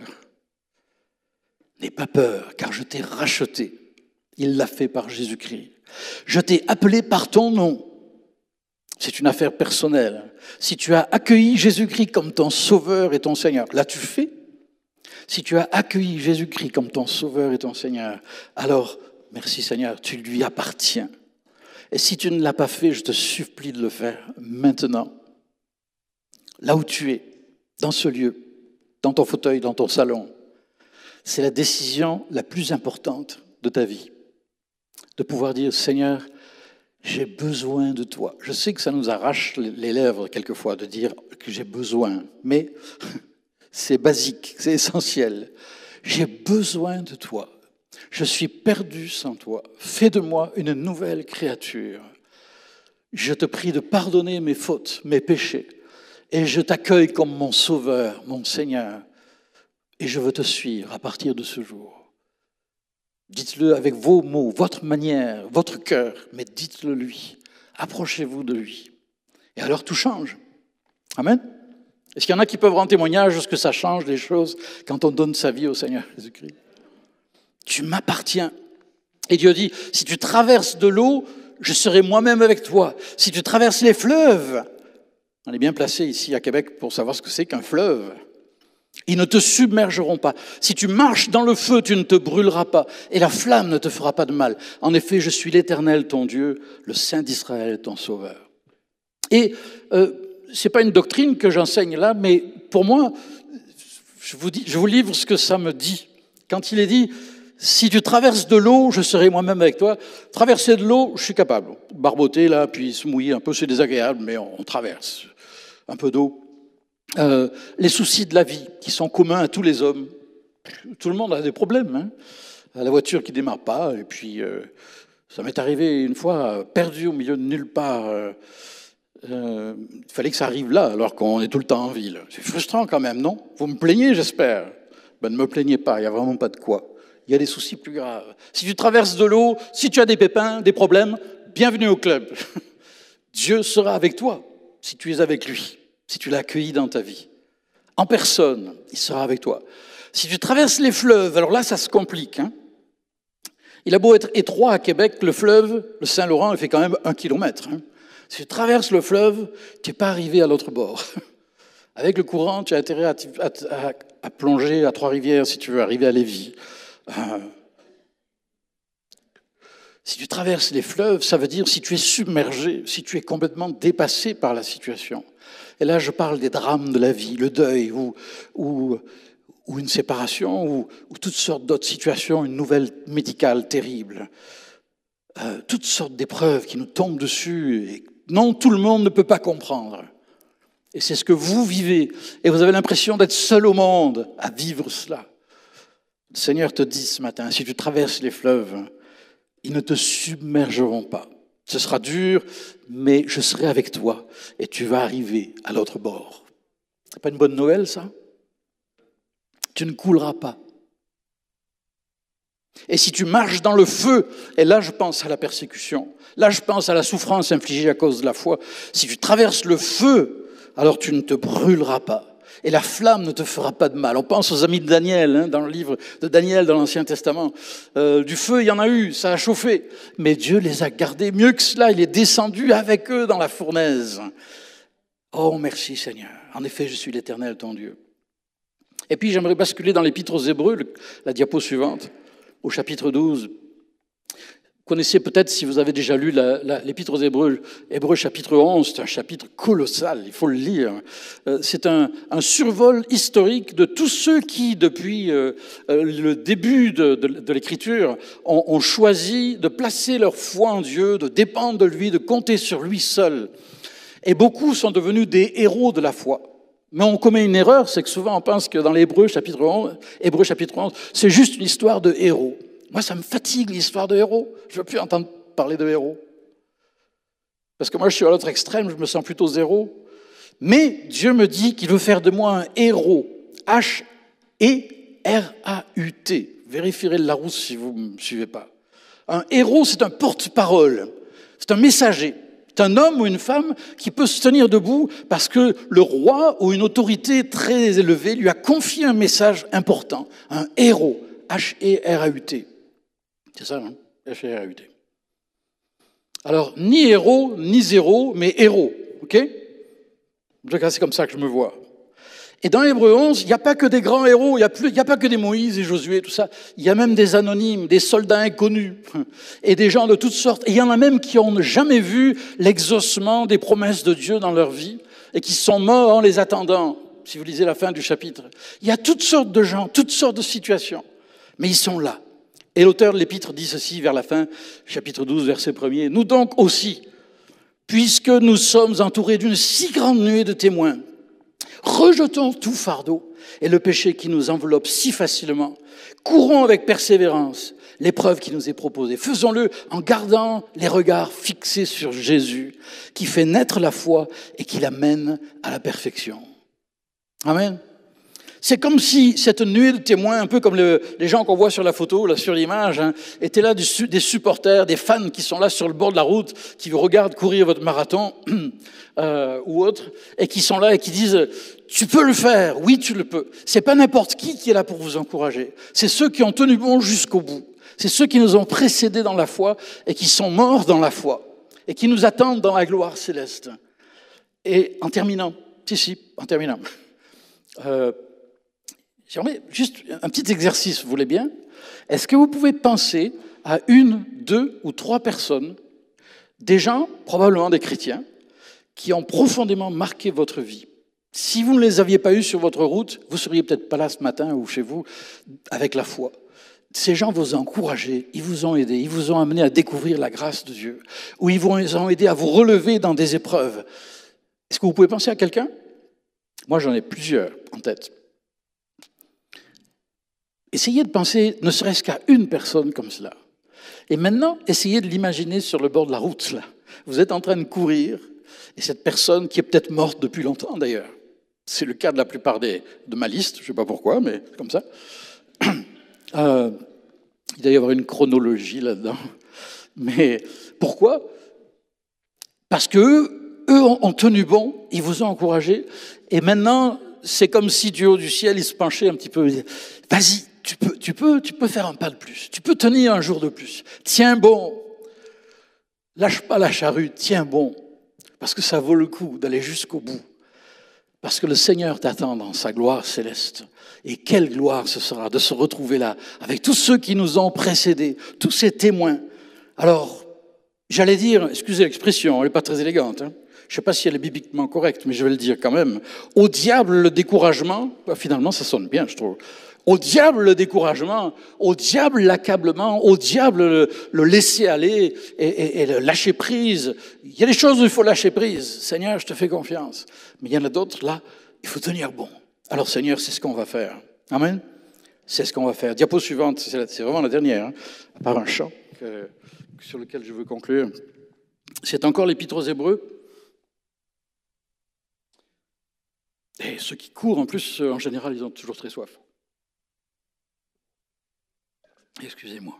N'aie pas peur, car je t'ai racheté. Il l'a fait par Jésus-Christ. Je t'ai appelé par ton nom. C'est une affaire personnelle. Si tu as accueilli Jésus-Christ comme ton sauveur et ton Seigneur, l'as-tu fait? Si tu as accueilli Jésus-Christ comme ton sauveur et ton Seigneur, alors, merci Seigneur, tu lui appartiens. Et si tu ne l'as pas fait, je te supplie de le faire maintenant. Là où tu es, dans ce lieu, dans ton fauteuil, dans ton salon, c'est la décision la plus importante de ta vie. De pouvoir dire, Seigneur, j'ai besoin de toi. Je sais que ça nous arrache les lèvres quelquefois de dire que j'ai besoin, mais c'est basique, c'est essentiel. J'ai besoin de toi. Je suis perdu sans toi. Fais de moi une nouvelle créature. Je te prie de pardonner mes fautes, mes péchés, et je t'accueille comme mon sauveur, mon Seigneur, et je veux te suivre à partir de ce jour. Dites-le avec vos mots, votre manière, votre cœur, mais dites-le lui. Approchez-vous de lui. Et alors tout change. Amen. Est-ce qu'il y en a qui peuvent rendre témoignage de ce que ça change les choses quand on donne sa vie au Seigneur Jésus-Christ? Tu m'appartiens. Et Dieu dit, si tu traverses de l'eau, je serai moi-même avec toi. Si tu traverses les fleuves, on est bien placé ici à Québec pour savoir ce que c'est qu'un fleuve. Ils ne te submergeront pas. Si tu marches dans le feu, tu ne te brûleras pas, et la flamme ne te fera pas de mal. En effet, je suis l'Éternel, ton Dieu, le Saint d'Israël, ton Sauveur. Et euh, ce n'est pas une doctrine que j'enseigne là, mais pour moi, je vous, dis, je vous livre ce que ça me dit. Quand il est dit, si tu traverses de l'eau, je serai moi-même avec toi. Traverser de l'eau, je suis capable. Barboter là, puis se mouiller un peu, c'est désagréable, mais on, on traverse. Un peu d'eau. Euh, les soucis de la vie, qui sont communs à tous les hommes. Tout le monde a des problèmes. Hein. La voiture qui ne démarre pas, et puis euh, ça m'est arrivé une fois, perdu au milieu de nulle part. Euh, euh, il fallait que ça arrive là, alors qu'on est tout le temps en ville. C'est frustrant quand même, non? Vous me plaignez, j'espère. Ben, ne me plaignez pas, il n'y a vraiment pas de quoi. Il y a des soucis plus graves. Si tu traverses de l'eau, si tu as des pépins, des problèmes, bienvenue au club. Dieu sera avec toi, si tu es avec lui, si tu l'as accueilli dans ta vie. En personne, il sera avec toi. Si tu traverses les fleuves, alors là, ça se complique. Hein. Il a beau être étroit à Québec, le fleuve, le Saint-Laurent, il fait quand même un kilomètre. Hein. Si tu traverses le fleuve, tu n'es pas arrivé à l'autre bord. Avec le courant, tu as intérêt à, à, à plonger à Trois-Rivières si tu veux arriver à Lévis. Euh, si tu traverses les fleuves, ça veut dire si tu es submergé, si tu es complètement dépassé par la situation. Et là, je parle des drames de la vie, le deuil, ou, ou, ou une séparation, ou, ou toutes sortes d'autres situations, une nouvelle médicale terrible. Euh, toutes sortes d'épreuves qui nous tombent dessus, et non, tout le monde ne peut pas comprendre. Et c'est ce que vous vivez, et vous avez l'impression d'être seul au monde à vivre cela. Le Seigneur te dit ce matin, si tu traverses les fleuves, ils ne te submergeront pas. Ce sera dur, mais je serai avec toi et tu vas arriver à l'autre bord. C'est pas une bonne nouvelle, ça? Tu ne couleras pas. Et si tu marches dans le feu, et là je pense à la persécution, là je pense à la souffrance infligée à cause de la foi, si tu traverses le feu, alors tu ne te brûleras pas. Et la flamme ne te fera pas de mal. On pense aux amis de Daniel, hein, dans le livre de Daniel, dans l'Ancien Testament. Euh, du feu, il y en a eu, ça a chauffé. Mais Dieu les a gardés. Mieux que cela, il est descendu avec eux dans la fournaise. Oh, merci Seigneur. En effet, je suis l'Éternel, ton Dieu. Et puis, j'aimerais basculer dans l'Épître aux Hébreux, la diapo suivante, au chapitre douze. Vous connaissez peut-être, si vous avez déjà lu la, la, l'Épître aux Hébreux, Hébreux chapitre onze, c'est un chapitre colossal, il faut le lire. C'est un, un survol historique de tous ceux qui, depuis euh, le début de, de, de l'Écriture, ont, ont choisi de placer leur foi en Dieu, de dépendre de lui, de compter sur lui seul. Et beaucoup sont devenus des héros de la foi. Mais on commet une erreur, c'est que souvent on pense que dans l'Hébreux chapitre onze, Hébreux chapitre onze, c'est juste une histoire de héros. Moi, ça me fatigue l'histoire de héros. Je ne veux plus entendre parler de héros. Parce que moi, je suis à l'autre extrême, je me sens plutôt zéro. Mais Dieu me dit qu'il veut faire de moi un héros. H E R A U T. Vérifierez le Larousse si vous ne me suivez pas. Un héros, c'est un porte-parole. C'est un messager. C'est un homme ou une femme qui peut se tenir debout parce que le roi ou une autorité très élevée lui a confié un message important. Un héros. H E R A U T. C'est ça, hein? H E R A U T. Alors, ni héros, ni zéro, mais héros, ok? C'est comme ça que je me vois. Et dans Hébreux onze, il n'y a pas que des grands héros, il n'y a, plus, il n'y a pas que des Moïse et Josué, tout ça. Il y a même des anonymes, des soldats inconnus, et des gens de toutes sortes. Et il y en a même qui n'ont jamais vu l'exaucement des promesses de Dieu dans leur vie, et qui sont morts en les attendant, si vous lisez la fin du chapitre. Il y a toutes sortes de gens, toutes sortes de situations, mais ils sont là. Et l'auteur de l'Épître dit ceci vers la fin, chapitre douze, verset premier. « Nous donc aussi, puisque nous sommes entourés d'une si grande nuée de témoins, rejetons tout fardeau et le péché qui nous enveloppe si facilement. Courons avec persévérance l'épreuve qui nous est proposée. Faisons-le en gardant les regards fixés sur Jésus, qui fait naître la foi et qui l'amène à la perfection. » Amen. C'est comme si cette nuée de témoins, un peu comme le, les gens qu'on voit sur la photo, là, sur l'image, hein, étaient là du, des supporters, des fans qui sont là sur le bord de la route, qui vous regardent courir votre marathon euh, ou autre, et qui sont là et qui disent « Tu peux le faire, oui tu le peux ». C'est pas n'importe qui qui est là pour vous encourager. C'est ceux qui ont tenu bon jusqu'au bout. C'est ceux qui nous ont précédés dans la foi et qui sont morts dans la foi et qui nous attendent dans la gloire céleste. Et en terminant, si, si, en terminant, euh, j'aimerais juste un petit exercice, vous voulez bien? Est-ce que vous pouvez penser à une, deux ou trois personnes, des gens, probablement des chrétiens, qui ont profondément marqué votre vie? Si vous ne les aviez pas eus sur votre route, vous ne seriez peut-être pas là ce matin ou chez vous avec la foi. ces gens vous ont encouragé, ils vous ont aidé, ils vous ont amené à découvrir la grâce de Dieu, ou ils vous ont aidé à vous relever dans des épreuves. Est-ce que vous pouvez penser à quelqu'un? Moi, j'en ai plusieurs en tête. Essayez de penser ne serait-ce qu'à une personne comme cela. Et maintenant, essayez de l'imaginer sur le bord de la route. Là. Vous êtes en train de courir, et cette personne, qui est peut-être morte depuis longtemps d'ailleurs, c'est le cas de la plupart des, de ma liste, je ne sais pas pourquoi, mais c'est comme ça. Euh, il doit y avoir une chronologie là-dedans. Mais pourquoi? Parce qu'eux, eux ont, ont tenu bon, ils vous ont encouragé, et maintenant, c'est comme si du haut du ciel, il se penchait un petit peu. Vas-y, tu peux, tu peux, tu peux faire un pas de plus, tu peux tenir un jour de plus. Tiens bon, lâche pas la charrue, tiens bon, parce que ça vaut le coup d'aller jusqu'au bout. Parce que le Seigneur t'attend dans sa gloire céleste. Et quelle gloire ce sera de se retrouver là, avec tous ceux qui nous ont précédés, tous ces témoins. Alors, j'allais dire, excusez l'expression, elle n'est pas très élégante, hein. Je ne sais pas si elle est bibliquement correcte, mais je vais le dire quand même. Au diable le découragement, bah, finalement ça sonne bien, je trouve. Au diable le découragement, au diable l'accablement, au diable le, le laisser aller et, et, et le lâcher prise. Il y a des choses où il faut lâcher prise. Seigneur, je te fais confiance. Mais il y en a d'autres, là, il faut tenir bon. Alors Seigneur, c'est ce qu'on va faire. Amen. C'est ce qu'on va faire. Diapo suivante, c'est, la, c'est vraiment la dernière, hein, par un chant que, sur lequel je veux conclure. C'est encore l'Épître aux Hébreux. Et ceux qui courent, en plus, en général, ils ont toujours très soif. Excusez-moi.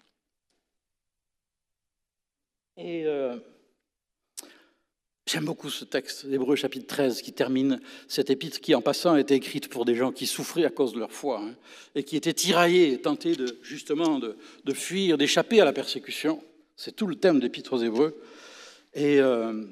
Et euh, j'aime beaucoup ce texte, Hébreux chapitre treize, qui termine cette épître qui, en passant, a été écrite pour des gens qui souffraient à cause de leur foi, hein, et qui étaient tiraillés, tentés de, justement de, de fuir, d'échapper à la persécution. C'est tout le thème de l'Épître aux Hébreux. Et euh,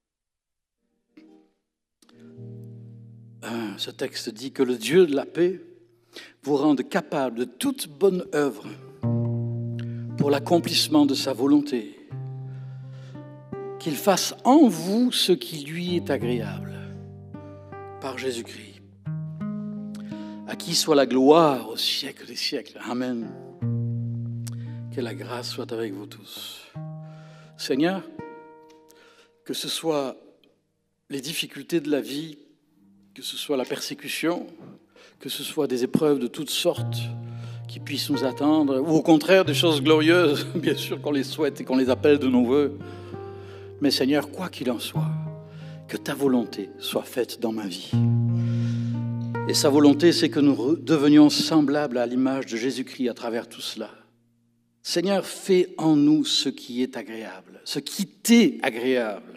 ce texte dit que le Dieu de la paix vous rende capable de toute bonne œuvre pour l'accomplissement de sa volonté, qu'il fasse en vous ce qui lui est agréable, par Jésus-Christ, à qui soit la gloire au siècle des siècles. Amen. Que la grâce soit avec vous tous. Seigneur, que ce soit les difficultés de la vie, que ce soit la persécution, que ce soit des épreuves de toutes sortes qui puissent nous attendre, ou au contraire des choses glorieuses, bien sûr qu'on les souhaite et qu'on les appelle de nos voeux. Mais Seigneur, quoi qu'il en soit, que ta volonté soit faite dans ma vie. Et sa volonté, c'est que nous devenions semblables à l'image de Jésus-Christ à travers tout cela. Seigneur, fais en nous ce qui est agréable, ce qui t'est agréable.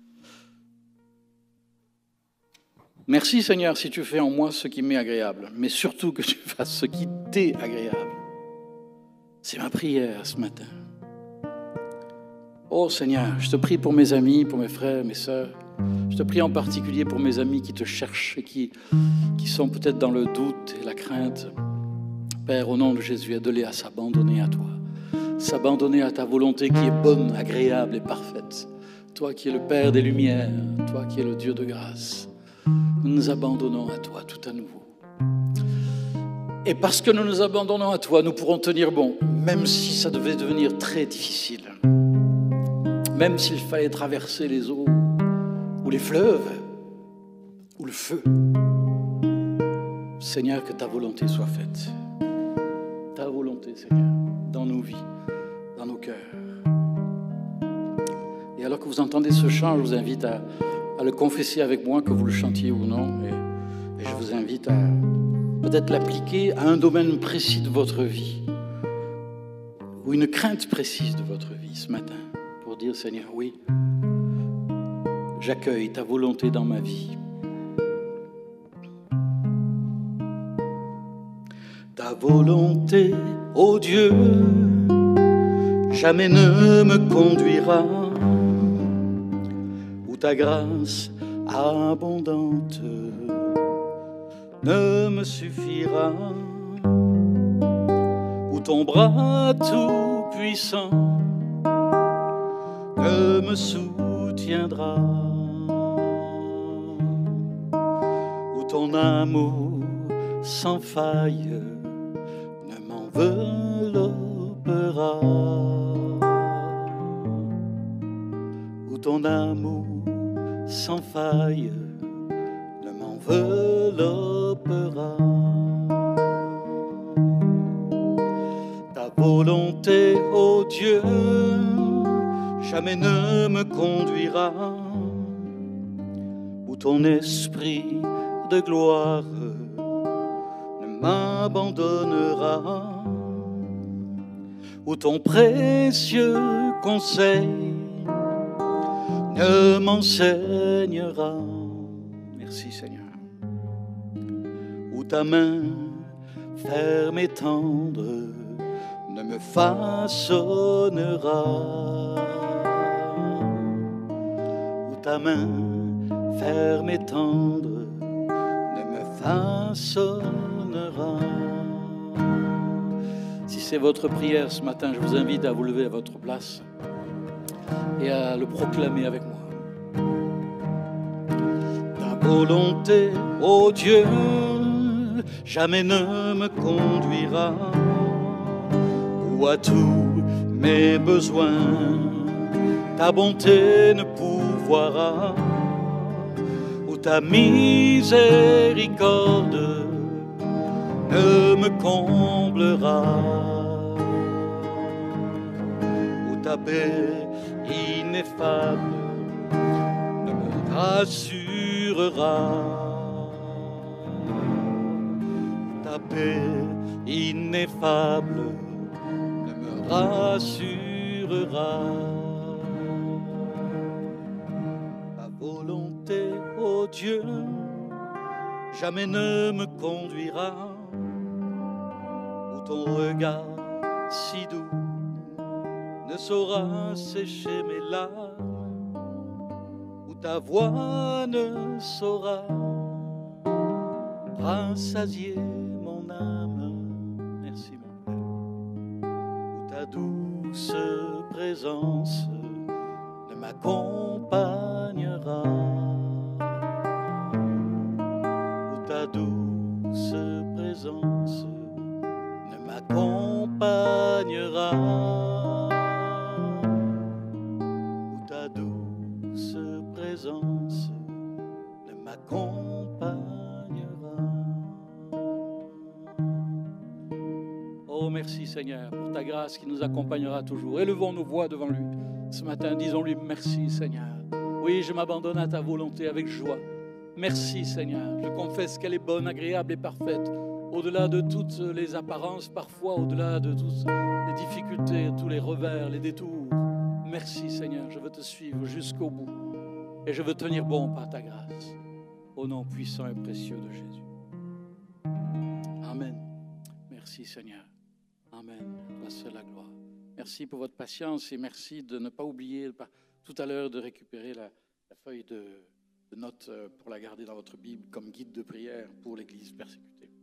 Merci Seigneur si tu fais en moi ce qui m'est agréable, mais surtout que tu fasses ce qui t'est agréable. C'est ma prière ce matin. Oh Seigneur, je te prie pour mes amis, pour mes frères, mes sœurs. Je te prie en particulier pour mes amis qui te cherchent et qui, qui sont peut-être dans le doute et la crainte. Père, au nom de Jésus, aide-les à s'abandonner à toi, s'abandonner à ta volonté qui est bonne, agréable et parfaite. Toi qui es le Père des Lumières, toi qui es le Dieu de grâce. Nous nous abandonnons à toi tout à nouveau. Et parce que nous nous abandonnons à toi, nous pourrons tenir bon, même si ça devait devenir très difficile. Même s'il fallait traverser les eaux, ou les fleuves, ou le feu. Seigneur, que ta volonté soit faite. Ta volonté, Seigneur, dans nos vies, dans nos cœurs. Et alors que vous entendez ce chant, je vous invite à à le confesser avec moi, que vous le chantiez ou non. Et, et je vous invite à peut-être l'appliquer à un domaine précis de votre vie, ou une crainte précise de votre vie ce matin, pour dire, Seigneur, oui, j'accueille ta volonté dans ma vie. Ta volonté, ô Dieu, jamais ne me conduira. Ta grâce abondante ne me suffira, où ton bras tout-puissant ne me soutiendra, où ton amour sans faille ne m'enveloppera. m'enveloppera, où ton amour sans faille ne m'enveloppera. Ta volonté, ô Dieu, jamais ne me conduira, où ton esprit de gloire ne m'abandonnera, où ton précieux conseil ne m'enseignera. Merci Seigneur. Où ta main ferme et tendre ne me façonnera, où ta main ferme et tendre ne me façonnera. Si c'est votre prière ce matin, je vous invite à vous lever à votre place et à le proclamer avec moi. Ta volonté, ô Dieu, jamais ne me conduira, où à tous mes besoins ta bonté ne pourvoira, où ta miséricorde ne me comblera, où ta paix ineffable ne me rassurera, où ta paix ineffable ne me rassurera. Ta volonté, ô Dieu, jamais ne me conduira, où ton regard si doux ne saura sécher mes larmes, où ta voix ne saura rassasier mon âme. Merci mon Père. Où ta douce présence ne m'accompagnera, où ta douce présence ne m'accompagnera, où ta douce présence ne m'accompagnera. Oh, merci Seigneur pour ta grâce qui nous accompagnera toujours. Élevons nos voix devant lui ce matin, disons-lui merci Seigneur. Oui, je m'abandonne à ta volonté avec joie. Merci Seigneur, je confesse qu'elle est bonne, agréable et parfaite, au-delà de toutes les apparences, parfois au-delà de toutes les difficultés, tous les revers, les détours. Merci Seigneur, je veux te suivre jusqu'au bout et je veux tenir bon par ta grâce. Au nom puissant et précieux de Jésus. Amen. Merci Seigneur. Amen. À toi seul la gloire. Merci pour votre patience et merci de ne pas oublier tout à l'heure de récupérer la, la feuille de, de notes pour la garder dans votre Bible comme guide de prière pour l'Église persécutée.